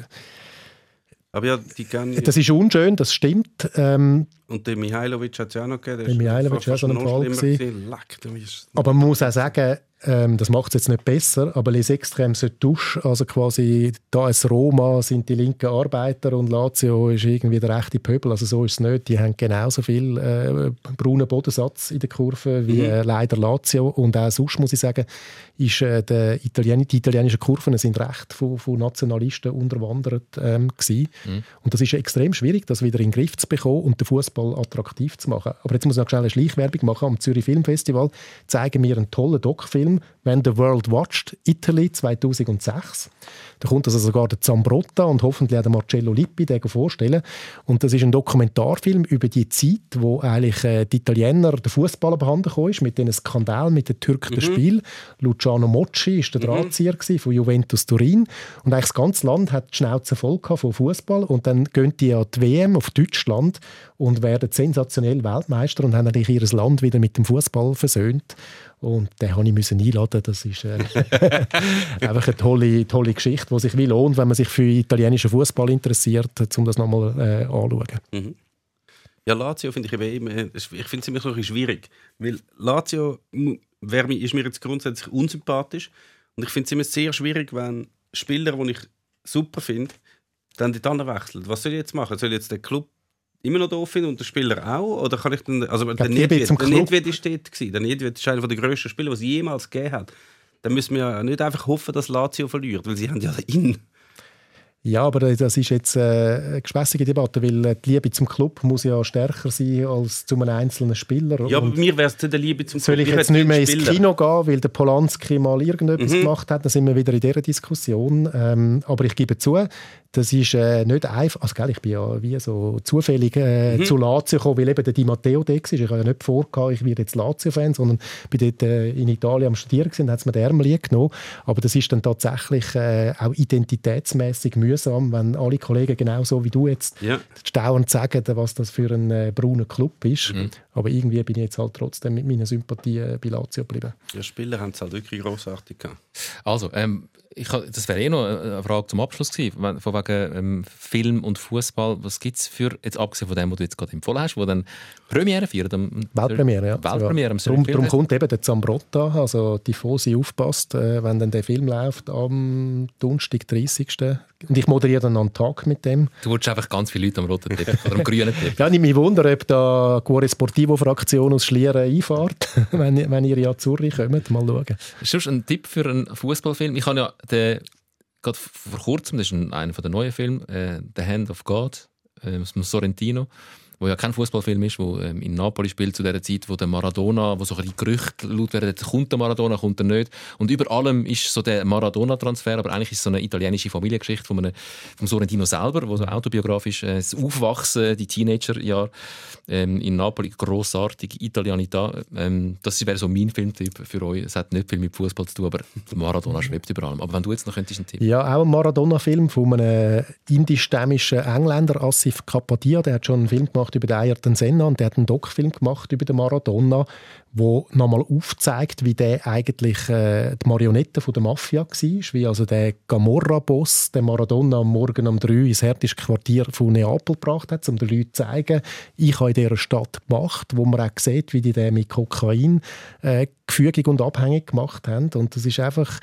Aber ja, die gerne. äh, das ist unschön, das stimmt. Ähm, Und der Mihailovic hat es ja auch noch gegeben. Der Mihailovic war auch so ein Fall gewesen. Leck, du bist- aber man muss auch sagen, ähm, das macht es jetzt nicht besser, aber les Extrêmes se touchent, also quasi da ist Roma, sind die linken Arbeiter, und Lazio ist irgendwie der rechte Pöbel, also so ist es nicht. Die haben genauso viel äh, braunen Bodensatz in der Kurve wie äh, leider Lazio, und auch sonst muss ich sagen, ist, äh, der Italien die italienischen Kurven sind recht von, von Nationalisten unterwandert ähm, gewesen. Mhm. Und das ist extrem schwierig, das wieder in den Griff zu bekommen und den Fußball attraktiv zu machen. Aber jetzt muss ich noch schnell eine Schleichwerbung machen. Am Zürich Filmfestival zeigen wir einen tollen Doc-Film, «When the World Watched», Italy zweitausendsechs. Da kommt also sogar der Zambrotta und hoffentlich auch der Marcello Lippi, den vorstellen. Und das ist ein Dokumentarfilm über die Zeit, wo eigentlich äh, die Italiener der Fußball abhanden gekommen ist, mit diesen Skandalen mit den türkischen Mhm. Spielen. Luciano Mocci war der Drahtzieher gewesen von Juventus Turin. Und eigentlich das ganze Land hat die Schnauze voll gehabt von Fußball. Und dann gehen die an die W M auf Deutschland und werden sensationell Weltmeister und haben eigentlich ihr Land wieder mit dem Fußball versöhnt. Und den musste ich müssen einladen. Das ist äh, einfach eine tolle, tolle Geschichte, die sich wie lohnt, wenn man sich für italienischen Fußball interessiert, um das nochmal äh, anzuschauen. Ja, Lazio finde ich eben immer, ich finde es immer so ein bisschen schwierig, weil Lazio mu- wär mi- ist mir jetzt grundsätzlich unsympathisch, und ich finde es immer sehr schwierig, wenn Spieler, die ich super finde, dann die anderen wechseln. Was soll ich jetzt machen? Soll ich jetzt den Club immer noch doof finden und der Spieler auch? Oder kann ich dann, also der die bin zum Nedved, der Club. Nedved ist dort gewesen. Der Nedved ist einer der grössten Spieler, die es jemals gegeben hat. Dann müssen wir ja nicht einfach hoffen, dass Lazio verliert, weil sie haben ja ihn. Ja, aber das ist jetzt äh, eine gespässige Debatte, weil äh, die Liebe zum Club muss ja stärker sein als zu einem einzelnen Spieler. Ja, aber Und bei mir wäre es zu der Liebe zum soll ich Club. jetzt hätte nicht mehr ins Spieler. Kino gehen, weil der Polanski mal irgendetwas Mhm. gemacht hat, dann sind wir wieder in dieser Diskussion. Ähm, aber ich gebe zu, das ist äh, nicht einfach. Also, gell, ich bin ja wie so zufällig äh, Mhm. zu Lazio gekommen, weil eben der Di Matteo da war. Ich habe ja nicht vorgehabt, ich werde jetzt Lazio-Fan, sondern bin dort äh, in Italien am Studieren gewesen, und hat es mir den Ärmel genommen. Aber das ist dann tatsächlich äh, auch identitätsmäßig mühsam, wenn alle Kollegen genauso wie du jetzt Ja. staunend sagen, was das für ein äh, brauner Club ist. Aber irgendwie bin ich jetzt halt trotzdem mit meiner Sympathie äh, bei Lazio geblieben. Ja, Spieler haben es halt wirklich grossartig gehabt. Also, ähm, ich, ha- das wäre eh noch eine Frage zum Abschluss gewesen, wenn- von wegen ähm, Film und Fußball. Was gibt es für, jetzt abgesehen von dem, was du jetzt gerade empfohlen hast, wo dann Premiere feiert? Am, Weltpremiere, ja. Weltpremiere am Darum, Zürich darum Filmfest. kommt eben der Zambrotta, also die Fosi aufpasst, äh, wenn dann der Film läuft am Donnerstag, dreißigsten Und ich moderiere dann einen Tag mit dem. Du willst einfach ganz viele Leute am roten Teppich oder am grünen Teppich. Ja, ich mich wundere, ob da die Cuore Sportivo-Fraktion aus Schlieren einfahrt, wenn, wenn ihr ja Zürich kommt. Mal schauen. Ist das ein Tipp für einen Fußballfilm? Ich habe ja den, gerade vor kurzem, das ist ein, einer der neuen Filme, äh, «The Hand of God», äh, aus dem Sorrentino. wo ja kein Fußballfilm ist, wo ähm, in Napoli spielt zu der Zeit, wo der Maradona, wo so ein bisschen Gerüchte laut werden, kommt der Maradona, kommt er nicht. Und über allem ist so der Maradona-Transfer, aber eigentlich ist es so eine italienische Familiengeschichte von einem, vom Sorrentino selber, wo so autobiografisch äh, das Aufwachsen, die Teenagerjahre ähm, in Napoli, grossartig, Italianità. Ähm, das wäre so mein Filmtipp für euch. Es hat nicht viel mit Fußball zu tun, aber Maradona schwebt über allem. Aber wenn du jetzt noch könntest einen Tipp. Ja, auch ein Maradona-Film von einem indischstämmischen Engländer, Asif Kapadia. Der hat schon einen Film gemacht über den Ayrton Senna und der hat einen Doc-Film gemacht über den Maradona, wo nochmal aufzeigt, wie der eigentlich äh, die Marionette von der Mafia war, wie also der Camorra-Boss, der Maradona am Morgen um drei ins härteste Quartier von Neapel gebracht hat, um den Leuten zu zeigen, ich habe in dieser Stadt gemacht, wo man auch sieht, wie die den mit Kokain äh, gefügig und abhängig gemacht haben. Und das ist einfach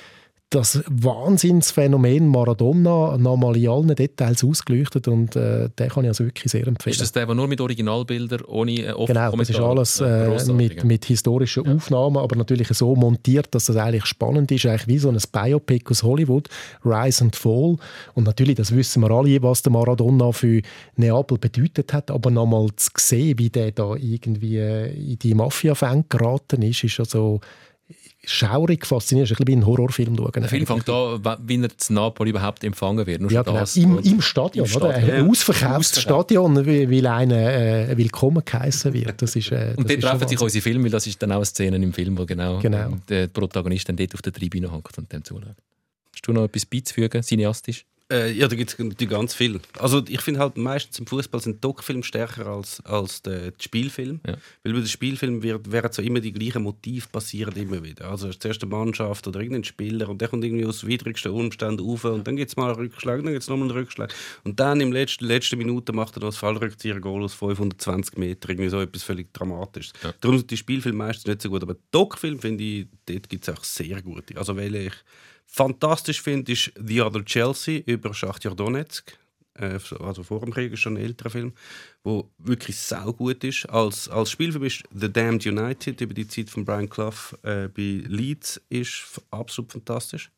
das Wahnsinnsphänomen Maradona nochmal in allen Details ausgeleuchtet und äh, den kann ich also wirklich sehr empfehlen. Ist das der, der nur mit Originalbildern, ohne äh, oft Genau, das ist alles äh, mit, mit historischen ja. Aufnahmen, aber natürlich so montiert, dass das eigentlich spannend ist, eigentlich wie so ein Biopic aus Hollywood, Rise and Fall. Und natürlich, das wissen wir alle, was der Maradona für Neapel bedeutet hat, aber nochmal zu sehen, wie der da irgendwie in die Mafia-Fänge geraten ist, ist also schaurig, faszinierend. Ist ein bisschen wie ein Horrorfilm schauen. Der Film fängt an, wie er in Napoli überhaupt empfangen wird. Nur ja, genau. das, Im, Im Stadion. Im oder? Stadion. Ein ausverkauftes Stadion, weil einer äh, willkommen geheissen wird. Das ist, äh, das und dort ist treffen sich unsere Filme, weil das ist dann auch eine Szene im Film, wo genau, genau. der Protagonist dann dort auf der Tribüne hockt und dem zuschaut. Hast du noch etwas beizufügen, cineastisch? Äh, ja, da gibt es natürlich ganz viel. Also ich finde halt, meistens im Fußball sind Doc-Filme stärker als, als der Spielfilm. Ja. Weil bei den Spielfilmen wird, werden so immer die gleichen Motive passieren, immer wieder. Also zuerst eine Mannschaft oder irgendein Spieler und der kommt irgendwie aus widrigsten Umständen rauf und dann gibt es mal einen Rückschlag, dann gibt es nochmal einen Rückschlag. Und dann in der letzten, letzten Minute macht er noch das Fallrückzieher-Goal aus fünfhundertzwanzig Metern, irgendwie so etwas völlig Dramatisches. Ja. Darum sind die Spielfilme meistens nicht so gut. Aber Doc-Film finde ich, dort gibt es auch sehr gute. Also weil ich fantastisch finde, ist «The Other Chelsea» über Schachtjar Donetsk. Äh, also vor dem Krieg ist schon ein älterer Film, der wirklich saugut ist. Als, als Spielfilm ist «The Damned United» über die Zeit von Brian Clough äh, bei Leeds ist absolut fantastisch.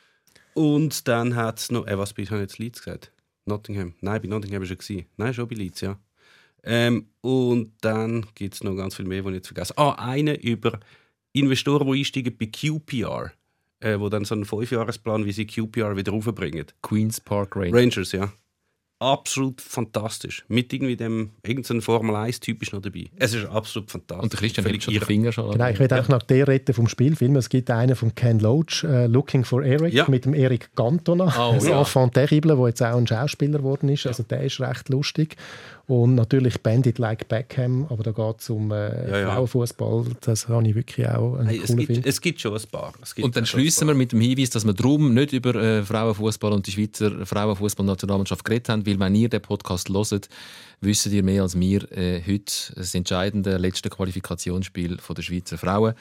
Und dann hat es noch... Äh, was habe ich jetzt Leeds gesagt? Nottingham. Nein, bei Nottingham war er schon. Nein, schon bei Leeds, ja. Ähm, und dann gibt es noch ganz viel mehr, die ich jetzt vergessen habe. Ah, einen über Investoren, die einsteigen bei Q P R. Äh, wo dann so einen Fünfjahresplan, wie sie Q P R wieder raufbringen. Queen's Park Rangers. Rangers, ja. Absolut fantastisch. Mit irgendwie dem irgendeinem Formel eins Typ ist noch dabei. Es ist absolut fantastisch. Und der Christian hat schon den Finger schon. Genau, ich will auch nach der reden vom Spielfilm. Es gibt einen von Ken Loach, uh, «Looking for Eric», ja. mit dem Eric Cantona, oh, das ja. Enfant terrible, der jetzt auch ein Schauspieler geworden ist. Also der ist recht lustig. Und natürlich «Bandit Like Beckham», aber da geht es um äh, ja, ja. Frauenfußball. Das habe ich wirklich auch einen hey, coolen es gibt, Film. Es gibt schon ein paar. Gibt und dann schließen wir mit dem Hinweis, dass wir darum nicht über äh, Frauenfußball und die Schweizer Frauenfußball-Nationalmannschaft geredet haben, weil wenn ihr den Podcast hört, wisst ihr mehr als wir äh, heute das entscheidende letzte Qualifikationsspiel von der Schweizer Frauen.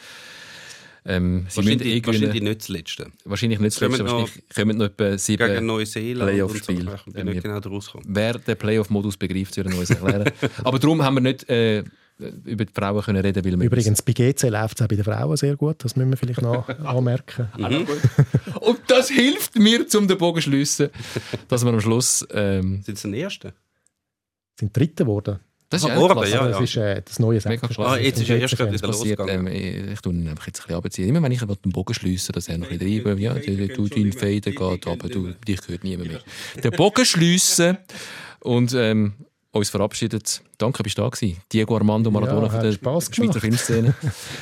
Ähm, wahrscheinlich, eh wahrscheinlich nicht das Letzte. Wahrscheinlich nicht das Letzte. Wahrscheinlich kommen noch etwa sieben gegen Neuseeland Playoff-Spiele. So, ich nicht genau rauskommen. Wer den Playoff-Modus begreift, soll uns erklären. Aber darum haben wir nicht äh, über die Frauen können reden können. Übrigens, bei G C läuft es auch bei den Frauen sehr gut. Das müssen wir vielleicht noch anmerken. Mhm. Und das hilft mir, um den Bogen zu schliessen, dass wir am Schluss... Ähm, sind sie den Ersten? Sind Dritte geworden. Das ist ah, Orde, ja, ja. Das ist äh, das neue Mega ah, jetzt ist er erst gerade wieder losgegangen. Ähm, ich tue ihn einfach jetzt ein bisschen abziehen. Immer wenn ich den Bogen schliessen, dass er noch ein bisschen reinbleibt. Ja, du, dein Faden geht, aber du, dich hört niemand mehr. Den Bogen schliessen und ähm, uns verabschiedet. Danke, bist du da gewesen. Diego Armando Maradona ja, von der Spaß Schweizer Filmszene.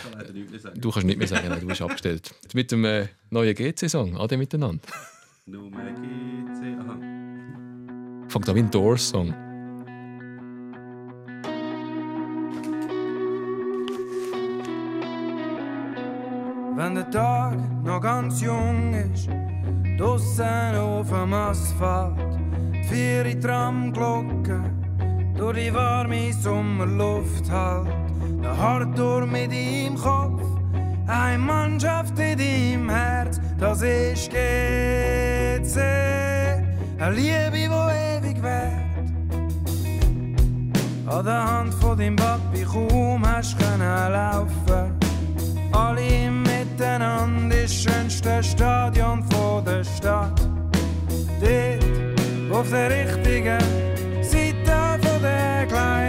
Du kannst nicht mehr sagen, nein, du bist abgestellt. Mit dem äh, neuen G C-Song. Ade miteinander. Fängt an wie ein Doors-Song. Wenn der Tag noch ganz jung ist, draussen auf dem Asphalt, die vier Tramglocke durch die warme Sommerluft halt, der Hardtour mit im Kopf, eine Mannschaft in deinem Herz, das ist G C, eine Liebe, die ewig währt. An der Hand von deinem Papi kaum hast können laufen, alle miteinander das schönste Stadion von der Stadt. Dort auf der richtigen Seite von der kleinen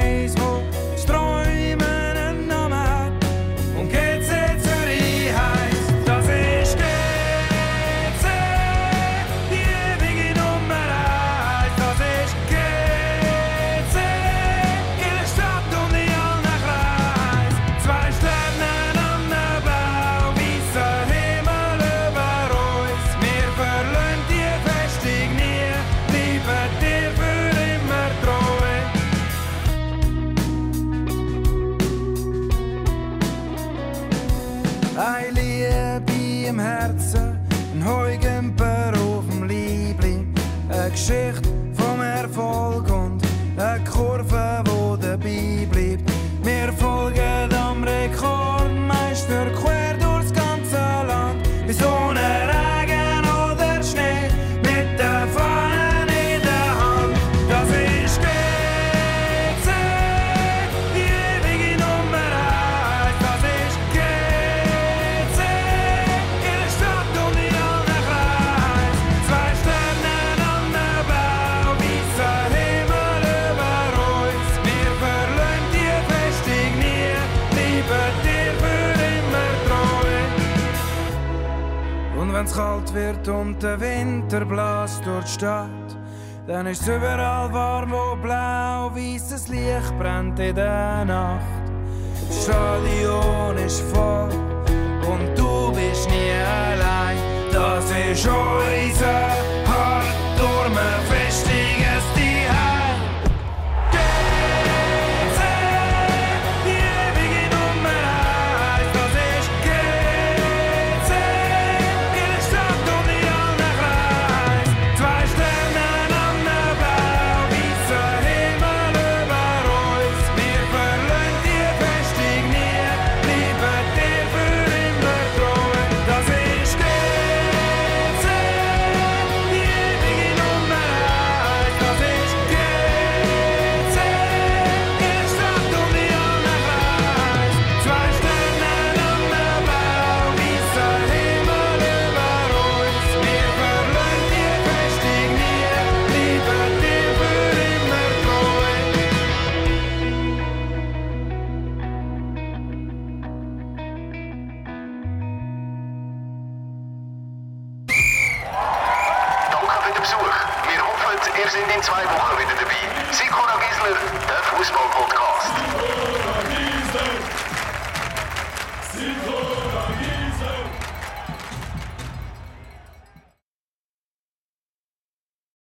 Geschichte vom Erfolg und eine Kurve, wo dabei bleibt. Wir folgen am Rekordmeister quer durchs ganze Land. Bis ohne Regen oder Schnee, mit der Fahnen in der Hand. Das ist G C, die ewige Nummer eins. Das ist G C, ihre Stadt um die allen Kreis. Zwei Sterne an der Blau, weißer Himmel über uns. Wir verlieren die Festung nie, bleiben dir für immer treu. Und wenn's kalt wird und der Winter bläst durch die Stadt, dann ist's überall warm, wo blau-weisses Licht brennt in der Nacht. Das Stadion ist voll und du bist nie allein. Das ist unser Hart, durch eine festiges Zuhause. G C, die ewige Nummer eins. Das ist G C, ihre Stadt um die allen Kreis. Zwei Sterne an der Blau, weißer Himmel über uns. Wir verlieren die Festung nie, bleiben dir für immer treu. Das ist G C, die ewige Nummer eins. Das ist G C, ihre Stadt um die allen Kreis. Zwei Sterne an der Blau, weißer Himmel über uns. Wir verlieren die Festung nie, bleiben dir für immer treu. Danke für den Besuch. Wir hoffen, ihr seid in zwei Wochen wieder dabei. Sikora Gisler, der Fußball-Podcast.